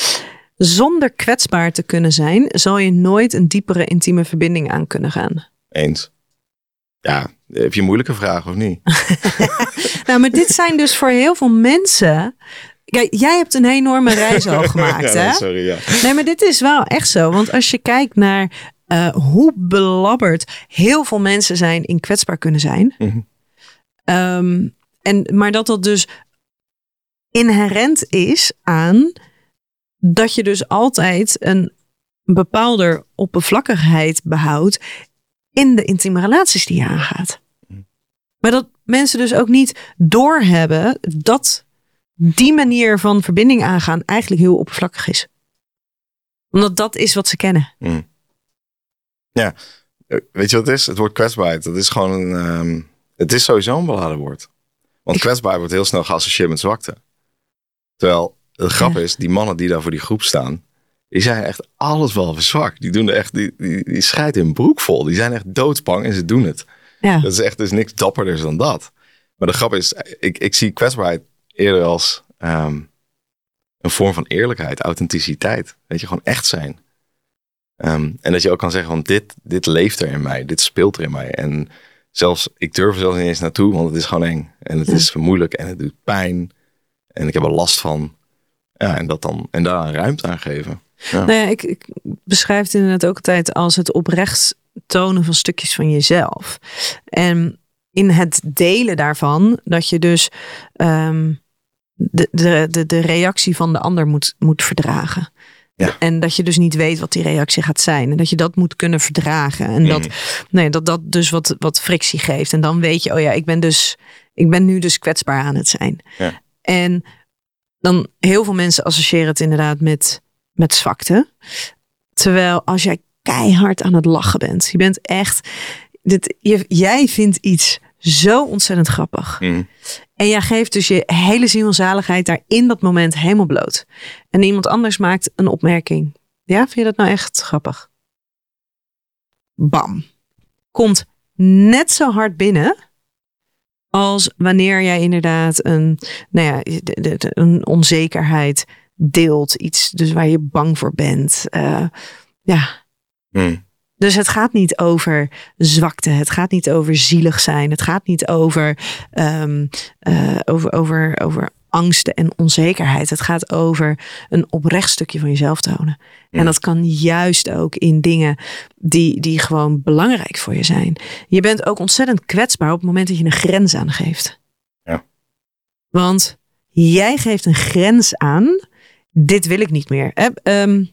Speaker 3: Zonder kwetsbaar te kunnen zijn, zal je nooit een diepere intieme verbinding aan kunnen gaan.
Speaker 4: Eens. Ja, heb je moeilijke vragen of niet?
Speaker 3: Nou, maar dit zijn dus voor heel veel mensen... Kijk, jij hebt een enorme reis al gemaakt,
Speaker 4: ja,
Speaker 3: hè?
Speaker 4: Sorry, ja.
Speaker 3: Nee, maar dit is wel echt zo. Want als je kijkt naar uh, hoe belabberd heel veel mensen zijn in kwetsbaar kunnen zijn. Mm-hmm. Um, en, maar dat dat dus inherent is aan dat je dus altijd een bepaalde oppervlakkigheid behoudt in de intieme relaties die je aangaat. Maar dat mensen dus ook niet doorhebben dat die manier van verbinding aangaan eigenlijk heel oppervlakkig is. Omdat dat is wat ze kennen.
Speaker 4: Mm. Ja, weet je wat het is? Het woord kwetsbaarheid, dat is gewoon een, um, het is sowieso een beladen woord. Want Ik... kwetsbaar wordt heel snel geassocieerd met zwakte. Terwijl de grap ja. is, die mannen die daar voor die groep staan, die zijn echt alles behalve zwak. Die doen er echt, die, die, die scheiden hun broek vol. Die zijn echt doodsbang en ze doen het.
Speaker 3: Ja.
Speaker 4: Dat is echt dus niks dapperders dan dat. Maar de grap is, ik, ik zie kwetsbaarheid eerder als um, een vorm van eerlijkheid, authenticiteit. Weet je, gewoon echt zijn. Um, en dat je ook kan zeggen van dit, dit leeft er in mij, dit speelt er in mij. En zelfs, ik durf er zelfs niet eens naartoe, want het is gewoon eng. En het ja. is moeilijk en het doet pijn. En ik heb er last van. Ja, en, dat dan, en daar een ruimte aan geven. Ja.
Speaker 3: Nou ja, ik, ik beschrijf het inderdaad ook altijd als het oprecht tonen van stukjes van jezelf. En in het delen daarvan, dat je dus um, de, de, de, de reactie van de ander moet, moet verdragen. Ja. En dat je dus niet weet wat die reactie gaat zijn. En dat je dat moet kunnen verdragen. En dat, mm. nee, dat dat dus wat, wat frictie geeft. En dan weet je, oh ja, ik ben dus, ik ben nu dus kwetsbaar aan het zijn. Ja. En dan heel veel mensen associëren het inderdaad met, met zwakte. Terwijl als jij keihard aan het lachen bent. Je bent echt, dit, je, jij vindt iets zo ontzettend grappig. Mm. En jij geeft dus je hele ziel en zaligheid daar in dat moment helemaal bloot. En iemand anders maakt een opmerking. Ja, vind je dat nou echt grappig? Bam. Komt net zo hard binnen als wanneer jij inderdaad een, nou ja, de, de, de, een onzekerheid deelt. Iets dus waar je bang voor bent. Uh, ja. Mm. Dus het gaat niet over zwakte. Het gaat niet over zielig zijn. Het gaat niet over, um, uh, over, over, over angsten en onzekerheid. Het gaat over een oprecht stukje van jezelf tonen. Ja. En dat kan juist ook in dingen die, die gewoon belangrijk voor je zijn. Je bent ook ontzettend kwetsbaar op het moment dat je een grens aangeeft. Ja. Want jij geeft een grens aan. Dit wil ik niet meer. Eh, um,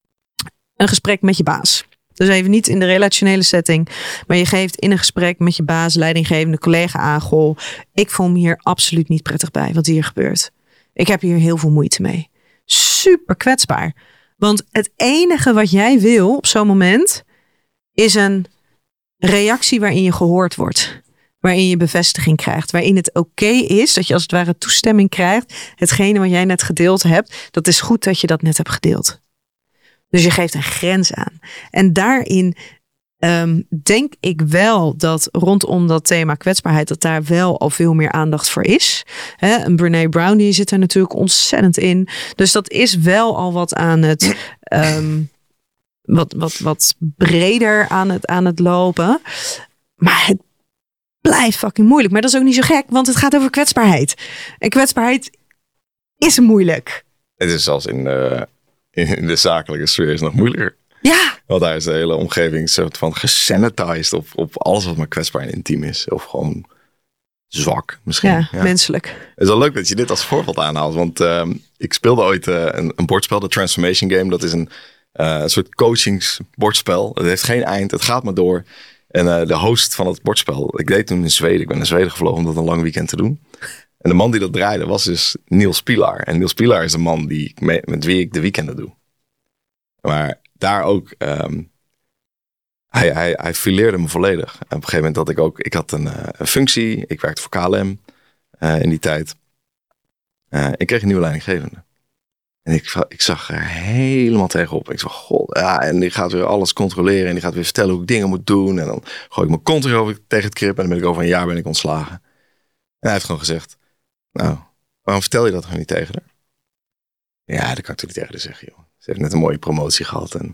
Speaker 3: een gesprek met je baas. Dus even niet in de relationele setting. Maar je geeft in een gesprek met je baas, leidinggevende, collega aan. Goh, ik voel me hier absoluut niet prettig bij wat hier gebeurt. Ik heb hier heel veel moeite mee. Super kwetsbaar. Want het enige wat jij wil op zo'n moment is een reactie waarin je gehoord wordt. Waarin je bevestiging krijgt. Waarin het oké is dat je als het ware toestemming krijgt. Hetgene wat jij net gedeeld hebt. Dat is goed dat je dat net hebt gedeeld. Dus je geeft een grens aan. En daarin um, denk ik wel dat rondom dat thema kwetsbaarheid, dat daar wel al veel meer aandacht voor is. He, en Brené Brown die zit er natuurlijk ontzettend in. Dus dat is wel al wat aan het um, wat, wat, wat breder aan het, aan het lopen. Maar het blijft fucking moeilijk. Maar dat is ook niet zo gek, want het gaat over kwetsbaarheid. En kwetsbaarheid is moeilijk.
Speaker 4: Het is zelfs in uh... in de zakelijke sfeer is het nog moeilijker.
Speaker 3: Ja.
Speaker 4: Want daar is de hele omgeving soort van gesanitized op, op alles wat maar kwetsbaar en intiem is. Of gewoon zwak misschien.
Speaker 3: Ja, ja. Menselijk.
Speaker 4: Het is wel leuk dat je dit als voorbeeld aanhaalt. Want uh, ik speelde ooit uh, een, een bordspel, de Transformation Game. Dat is een, uh, een soort coachingsbordspel. Het heeft geen eind, het gaat maar door. En uh, de host van het bordspel, ik deed toen in Zweden. Ik ben naar Zweden gevlogen om dat een lang weekend te doen. En de man die dat draaide was dus Niels Pilar. En Niels Pilar is de man die, met wie ik de weekenden doe. Maar daar ook, um, hij, hij, hij fileerde me volledig. En op een gegeven moment dat ik ook, ik had een, uh, een functie. Ik werkte voor K L M uh, in die tijd. Uh, ik kreeg een nieuwe leidinggevende. En ik, ik zag er helemaal tegenop. Ik zag, god, ja, en die gaat weer alles controleren. En die gaat weer vertellen hoe ik dingen moet doen. En dan gooi ik mijn kont weer over tegen het krip. En dan ben ik over een jaar ben ik ontslagen. En hij heeft gewoon gezegd, nou, waarom vertel je dat gewoon niet tegen haar? Ja, dat kan ik toch niet tegen haar zeggen, joh. Ze heeft net een mooie promotie gehad. En,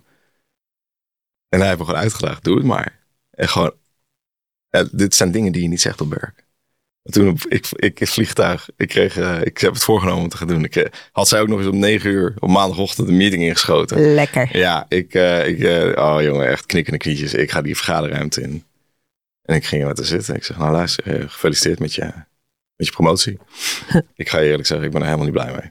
Speaker 4: en hij heeft me gewoon uitgedaagd, doe het maar. En gewoon, ja, dit zijn dingen die je niet zegt op werk. Maar toen, ik, ik in vliegtuig, ik, kreeg, uh, ik heb het voorgenomen om te gaan doen. Ik uh, had zij ook nog eens om negen uur op maandagochtend een meeting ingeschoten.
Speaker 3: Lekker.
Speaker 4: Ja, ik, uh, ik uh, oh jongen, echt knikkende knietjes. Ik ga die vergaderruimte in. En ik ging er met haar zitten. Ik zeg, nou luister, uh, gefeliciteerd met je... met je promotie. Ik ga je eerlijk zeggen, ik ben er helemaal niet blij mee.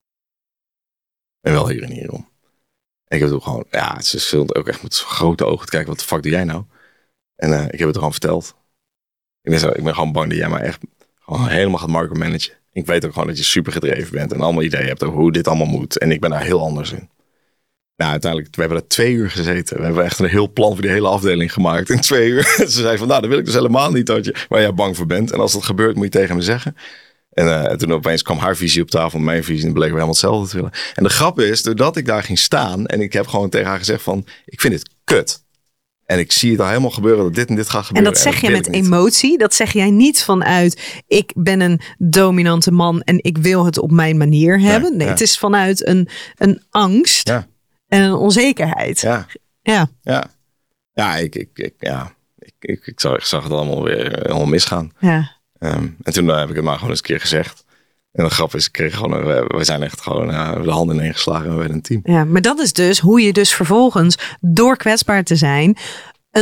Speaker 4: En wel hier en hierom. En ik heb het ook gewoon, ja, ze stond ook echt met grote ogen te kijken, wat de fuck doe jij nou? En uh, ik heb het er gewoon verteld. Ik ben, zo, ik ben gewoon bang dat jij maar echt gewoon helemaal gaat micromanagen. Ik weet ook gewoon dat je super gedreven bent en allemaal ideeën hebt over hoe dit allemaal moet. En ik ben daar heel anders in. Nou, uiteindelijk, we hebben er twee uur gezeten. We hebben echt een heel plan voor die hele afdeling gemaakt in twee uur. Ze zei van, nou, dat wil ik dus helemaal niet dat je, waar jij bang voor bent. En als dat gebeurt, moet je tegen me zeggen. En uh, toen opeens kwam haar visie op tafel, mijn visie, en bleken we helemaal hetzelfde te willen. En de grap is, doordat ik daar ging staan en ik heb gewoon tegen haar gezegd van, ik vind dit kut. En ik zie het al helemaal gebeuren dat dit en dit gaat gebeuren.
Speaker 3: En dat zeg en dat je met emotie. Dat zeg jij niet vanuit, ik ben een dominante man en ik wil het op mijn manier hebben. Nee, nee ja. Het is vanuit een, een angst. Ja. En een onzekerheid.
Speaker 4: Ja.
Speaker 3: Ja.
Speaker 4: Ja. Ja, ik, ik, ik, ja. ik, ik, ik, zag, ik zag het allemaal weer helemaal misgaan.
Speaker 3: Ja.
Speaker 4: Um, en toen uh, heb ik het maar gewoon eens een keer gezegd. En de grap is, ik kreeg gewoon, we, we zijn echt gewoon uh, de handen ineengeslagen en we werden een team.
Speaker 3: Ja, maar dat is dus hoe je dus vervolgens, door kwetsbaar te zijn, een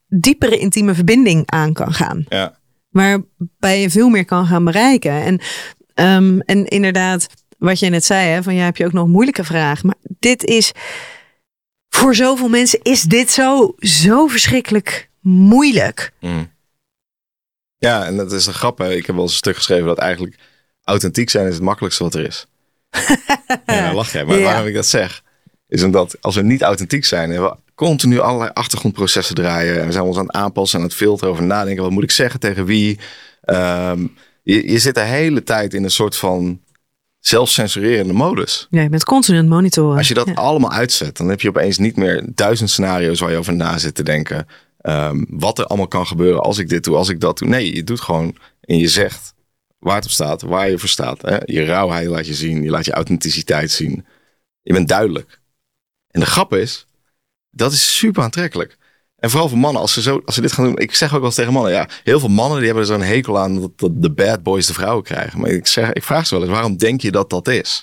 Speaker 3: diepere intieme verbinding aan kan gaan.
Speaker 4: Ja.
Speaker 3: Waarbij je veel meer kan gaan bereiken. En, um, en inderdaad, wat jij net zei, hè, van ja, heb je ook nog moeilijke vragen. Maar dit is, voor zoveel mensen is dit zo, zo verschrikkelijk moeilijk.
Speaker 4: Mm. Ja, en dat is een grap. Hè. Ik heb wel eens een stuk geschreven dat eigenlijk authentiek zijn is het makkelijkste wat er is. Ja, dan lach jij. Maar ja. waarom ik dat zeg, is omdat als we niet authentiek zijn, en we continu allerlei achtergrondprocessen draaien. En we zijn ons aan het aanpassen en aan het filteren over nadenken. Wat moet ik zeggen tegen wie? Um, je, je zit de hele tijd in een soort van zelfcensurerende modus.
Speaker 3: Ja, je bent continu aan het monitoren.
Speaker 4: Als je dat
Speaker 3: ja.
Speaker 4: allemaal uitzet, dan heb je opeens niet meer duizend scenario's waar je over na zit te denken. Um, wat er allemaal kan gebeuren als ik dit doe, als ik dat doe. Nee, je doet gewoon en je zegt waar het op staat, waar je voor staat. Hè? Je rauwheid laat je zien, je laat je authenticiteit zien. Je bent duidelijk. En de grap is, dat is super aantrekkelijk. En vooral voor mannen, als ze, zo, als ze dit gaan doen. Ik zeg ook wel eens tegen mannen, ja, heel veel mannen die hebben er zo'n hekel aan dat, dat de bad boys de vrouwen krijgen. Maar ik, zeg, ik vraag ze wel eens, waarom denk je dat dat is?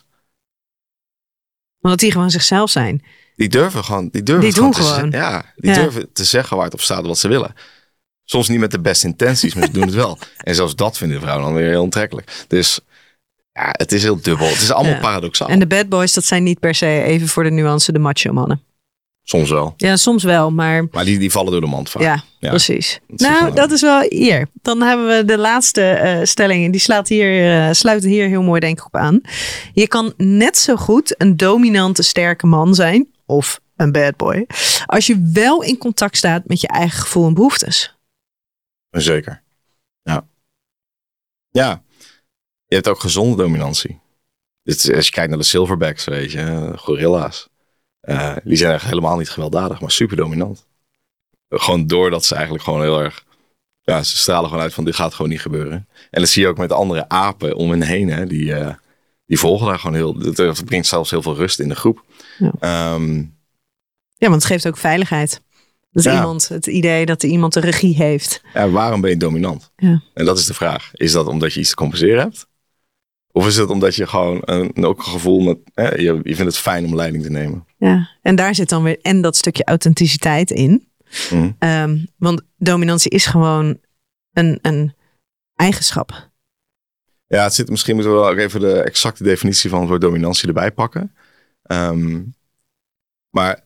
Speaker 3: Omdat die gewoon zichzelf zijn.
Speaker 4: Die durven gewoon, die durven
Speaker 3: die
Speaker 4: gewoon,
Speaker 3: doen
Speaker 4: te,
Speaker 3: gewoon.
Speaker 4: Ja, die ja. durven te zeggen waar het op staat wat ze willen. Soms niet met de beste intenties, maar ze doen het wel. En zelfs dat vinden de vrouwen dan weer heel aantrekkelijk. Dus ja, het is heel dubbel. Het is allemaal ja. paradoxaal.
Speaker 3: En de bad boys, dat zijn niet per se, even voor de nuance, de macho mannen.
Speaker 4: Soms wel.
Speaker 3: Ja, soms wel, maar...
Speaker 4: Maar die, die vallen door de mand vaak.
Speaker 3: Ja, ja. precies.
Speaker 4: Dat
Speaker 3: nou, dat is wel hier. Dan hebben we de laatste uh, stelling. Die slaat hier, uh, sluit hier heel mooi denk ik op aan. Je kan net zo goed een dominante, sterke man zijn. Of een bad boy. Als je wel in contact staat met je eigen gevoel en behoeftes.
Speaker 4: Zeker. Ja. Ja. Je hebt ook gezonde dominantie. Dus als je kijkt naar de silverbacks, weet je. Gorilla's. Uh, die zijn echt helemaal niet gewelddadig, maar super dominant. Gewoon doordat ze eigenlijk gewoon heel erg... Ja, ze stralen gewoon uit van dit gaat gewoon niet gebeuren. En dat zie je ook met andere apen om hen heen. Hè, die, uh, die volgen daar gewoon heel... Het brengt zelfs heel veel rust in de groep.
Speaker 3: Ja,
Speaker 4: um,
Speaker 3: ja want het geeft ook veiligheid. Dat ja. iemand, het idee dat er iemand de regie heeft.
Speaker 4: Ja, waarom ben je dominant?
Speaker 3: Ja.
Speaker 4: En dat is de vraag. Is dat omdat je iets te compenseren hebt? Of is het omdat je gewoon een, ook een gevoel met... Hè, je, je vindt het fijn om leiding te nemen?
Speaker 3: Ja, en daar zit dan weer en dat stukje authenticiteit in. Mm. Um, want dominantie is gewoon een, een eigenschap.
Speaker 4: Ja, het zit, misschien moeten we wel ook even de exacte definitie van het woord dominantie erbij pakken. Um, maar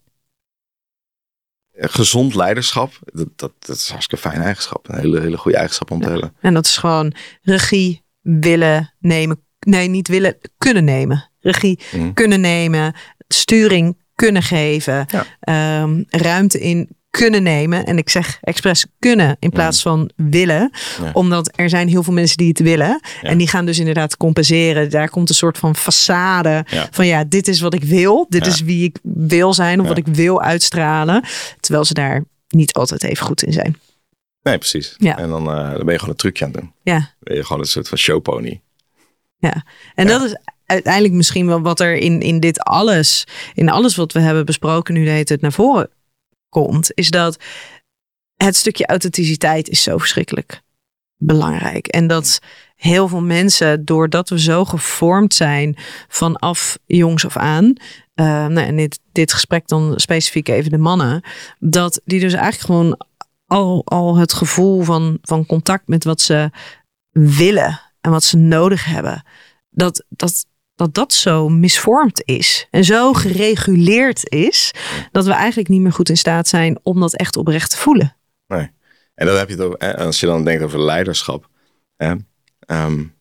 Speaker 4: gezond leiderschap, dat, dat, dat is een hartstikke fijne eigenschap. Een hele, hele goede eigenschap om ja. te hebben.
Speaker 3: En dat is gewoon regie willen nemen. Nee, niet willen, kunnen nemen. Regie mm. kunnen nemen. Sturing kunnen geven. Ja. Um, ruimte in kunnen nemen. En ik zeg expres kunnen in plaats mm. van willen. Ja. Omdat er zijn heel veel mensen die het willen. Ja. En die gaan dus inderdaad compenseren. Daar komt een soort van façade. Ja. Van ja, dit is wat ik wil. Dit ja. is wie ik wil zijn. Of ja. wat ik wil uitstralen. Terwijl ze daar niet altijd even goed in zijn.
Speaker 4: Nee, precies. Ja. En dan, uh, dan ben je gewoon een trucje aan het doen.
Speaker 3: Ja.
Speaker 4: Dan ben je gewoon een soort van showpony.
Speaker 3: Ja, en ja. dat is uiteindelijk misschien wel wat er in, in dit alles, in alles wat we hebben besproken nu heet het naar voren komt, is dat het stukje authenticiteit is zo verschrikkelijk belangrijk. En dat heel veel mensen, doordat we zo gevormd zijn vanaf jongs af aan, uh, nou, en dit, dit gesprek dan specifiek even de mannen, dat die dus eigenlijk gewoon al, al het gevoel van, van contact met wat ze willen en wat ze nodig hebben, dat dat, dat dat zo misvormd is en zo gereguleerd is, dat we eigenlijk niet meer goed in staat zijn om dat echt oprecht te voelen.
Speaker 4: Nee. En dan heb je het over, hè, als je dan denkt over leiderschap. Hè, um,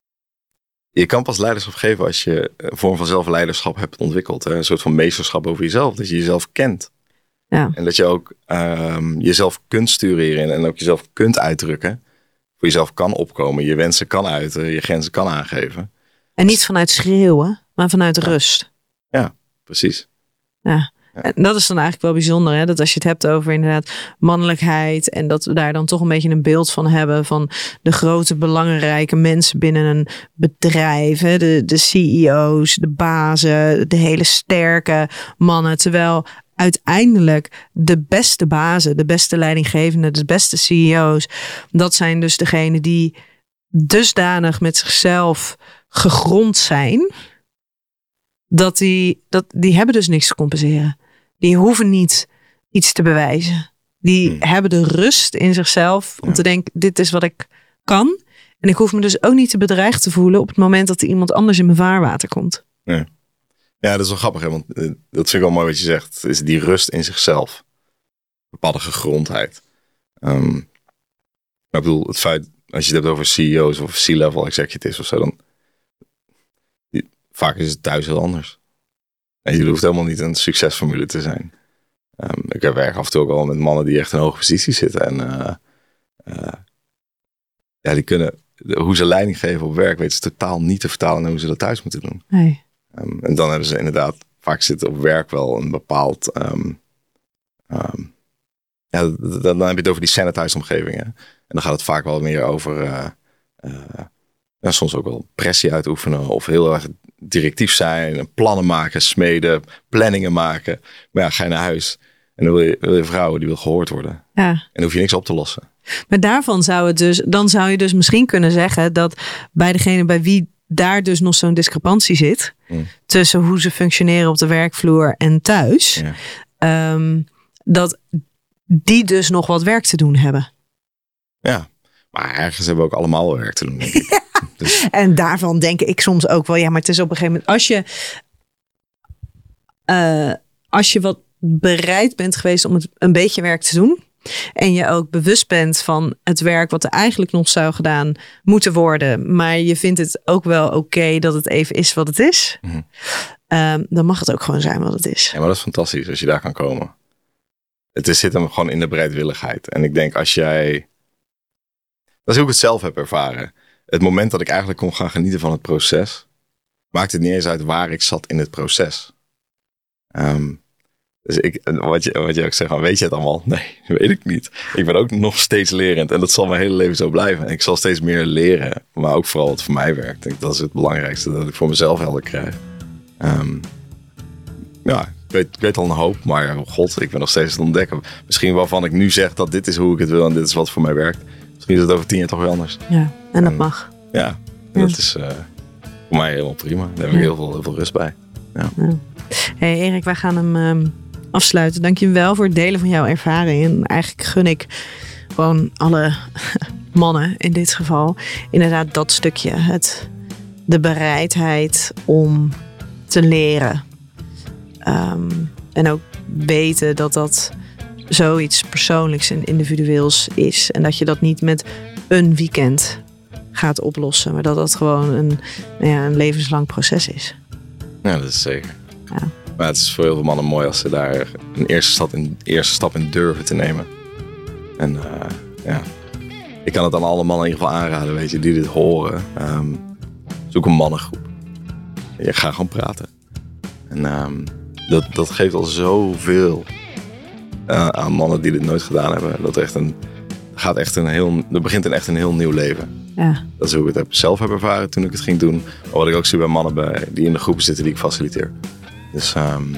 Speaker 4: je kan pas leiderschap geven als je een vorm van zelfleiderschap hebt ontwikkeld. Hè, een soort van meesterschap over jezelf, dat je jezelf kent.
Speaker 3: Ja.
Speaker 4: En dat je ook um, jezelf kunt sturen en ook jezelf kunt uitdrukken. Voor jezelf kan opkomen, je wensen kan uiten, je grenzen kan aangeven.
Speaker 3: En niet vanuit schreeuwen, maar vanuit ja. rust.
Speaker 4: Ja, precies.
Speaker 3: Ja. Ja. En dat is dan eigenlijk wel bijzonder, hè? Dat als je het hebt over inderdaad mannelijkheid en dat we daar dan toch een beetje een beeld van hebben van de grote belangrijke mensen binnen een bedrijf, hè? De, de C E O's, de bazen, de hele sterke mannen, terwijl uiteindelijk de beste bazen, de beste leidinggevenden, de beste C E O's, dat zijn dus degenen die dusdanig met zichzelf gegrond zijn, dat die, dat, die hebben dus niks te compenseren. Die hoeven niet iets te bewijzen. Die
Speaker 4: Hmm.
Speaker 3: hebben de rust in zichzelf om
Speaker 4: Ja.
Speaker 3: te denken, dit is wat ik kan. En ik hoef me dus ook niet te bedreigd te voelen op het moment dat er iemand anders in mijn vaarwater komt.
Speaker 4: Ja, ja dat is wel grappig, hè? Want uh, dat vind ik wel mooi wat je zegt. Is die rust in zichzelf. Bepaalde gegrondheid. Um, maar ik bedoel, het feit, als je het hebt over C E O's of C-level executives of zo, dan die, vaak is het thuis heel anders. En je hoeft helemaal niet een succesformule te zijn. Um, ik werk af en toe ook al met mannen die echt in hoge posities zitten. En uh, uh, ja, die kunnen, de, hoe ze leiding geven op werk, weten ze totaal niet te vertalen naar hoe ze dat thuis moeten doen.
Speaker 3: Nee.
Speaker 4: Um, en dan hebben ze inderdaad, vaak zit op werk wel een bepaald, um, um, ja, dan, dan heb je het over die sanitized omgevingen. En dan gaat het vaak wel meer over, uh, uh, ja, soms ook wel pressie uitoefenen of heel erg directief zijn, plannen maken, smeden, planningen maken. Maar ja, ga je naar huis en dan wil je, wil je vrouwen die wil gehoord worden.
Speaker 3: Ja.
Speaker 4: En dan hoef je niks op te lossen.
Speaker 3: Maar daarvan zou het dus, dan zou je dus misschien kunnen zeggen dat bij degene bij wie daar dus nog zo'n discrepantie zit
Speaker 4: Hmm.
Speaker 3: tussen hoe ze functioneren op de werkvloer en thuis,
Speaker 4: Ja.
Speaker 3: um, dat die dus nog wat werk te doen hebben.
Speaker 4: Ja, maar ergens hebben we ook allemaal wel werk te doen, denk ik.
Speaker 3: Ja.
Speaker 4: Dus,
Speaker 3: En daarvan denk ik soms ook wel, ja, maar het is op een gegeven moment, als je, uh, als je wat bereid bent geweest om het een beetje werk te doen, en je ook bewust bent van het werk wat er eigenlijk nog zou gedaan moeten worden, maar je vindt het ook wel oké okay dat het even is wat het is,
Speaker 4: mm-hmm.
Speaker 3: um, dan mag het ook gewoon zijn wat het is.
Speaker 4: Ja, maar dat is fantastisch als je daar kan komen. Het is, zit hem gewoon in de bereidwilligheid. En ik denk als jij, dat is hoe ik het zelf heb ervaren. Het moment dat ik eigenlijk kon gaan genieten van het proces, maakt het niet eens uit waar ik zat in het proces. Um, dus ik, wat je, wat je ook zegt, van, weet je het allemaal? Nee, weet ik niet. Ik ben ook nog steeds lerend en dat zal mijn hele leven zo blijven. En ik zal steeds meer leren, maar ook vooral wat voor mij werkt. Ik, dat is het belangrijkste, dat ik voor mezelf helder krijg. Um, ja, ik weet, ik weet al een hoop, maar oh god, ik ben nog steeds aan het ontdekken. Misschien waarvan ik nu zeg dat dit is hoe ik het wil en dit is wat voor mij werkt. Misschien is het over tien jaar toch weer anders.
Speaker 3: Ja, en dat
Speaker 4: en,
Speaker 3: mag.
Speaker 4: Ja,
Speaker 3: ja.
Speaker 4: dat is uh, voor mij helemaal prima. Daar heb ik heel veel, heel veel rust bij. Ja.
Speaker 3: Ja. Hey Erik, wij gaan hem um, afsluiten. Dank je wel voor het delen van jouw ervaring. En eigenlijk gun ik gewoon alle mannen in dit geval inderdaad dat stukje. Het, de bereidheid om te leren. Um, en ook weten dat dat zoiets persoonlijks en individueels is. En dat je dat niet met een weekend gaat oplossen. Maar dat dat gewoon een, nou ja, een levenslang proces is.
Speaker 4: Ja, dat is zeker.
Speaker 3: Ja.
Speaker 4: Maar het is voor heel veel mannen mooi als ze daar een eerste stap in, eerste stap in durven te nemen. En uh, ja, ik kan het aan alle mannen in ieder geval aanraden, weet je, die dit horen. Um, zoek een mannengroep. Je gaat gewoon praten. En um, dat, dat geeft al zoveel uh, aan mannen die dit nooit gedaan hebben. Dat echt een, gaat echt een heel, er begint een echt een heel nieuw leven.
Speaker 3: Ja.
Speaker 4: Dat is hoe ik het heb, zelf heb ervaren toen ik het ging doen. Maar wat ik ook zie bij mannen bij, die in de groepen zitten die ik faciliteer. Dus um,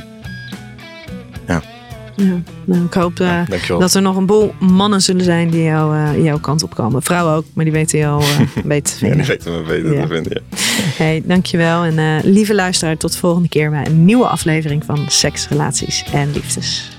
Speaker 4: ja.
Speaker 3: Ja, nou, ik hoop uh,
Speaker 4: ja,
Speaker 3: dat er nog een boel mannen zullen zijn die jou, uh, jouw kant op komen. Vrouwen ook, maar die weten jou uh, beter te vinden.
Speaker 4: Ja, die weten me beter
Speaker 3: ja.
Speaker 4: te vinden, ja.
Speaker 3: Hey, dankjewel. En uh, lieve luisteraar, tot de volgende keer bij een nieuwe aflevering van Seks, Relaties en Liefdes.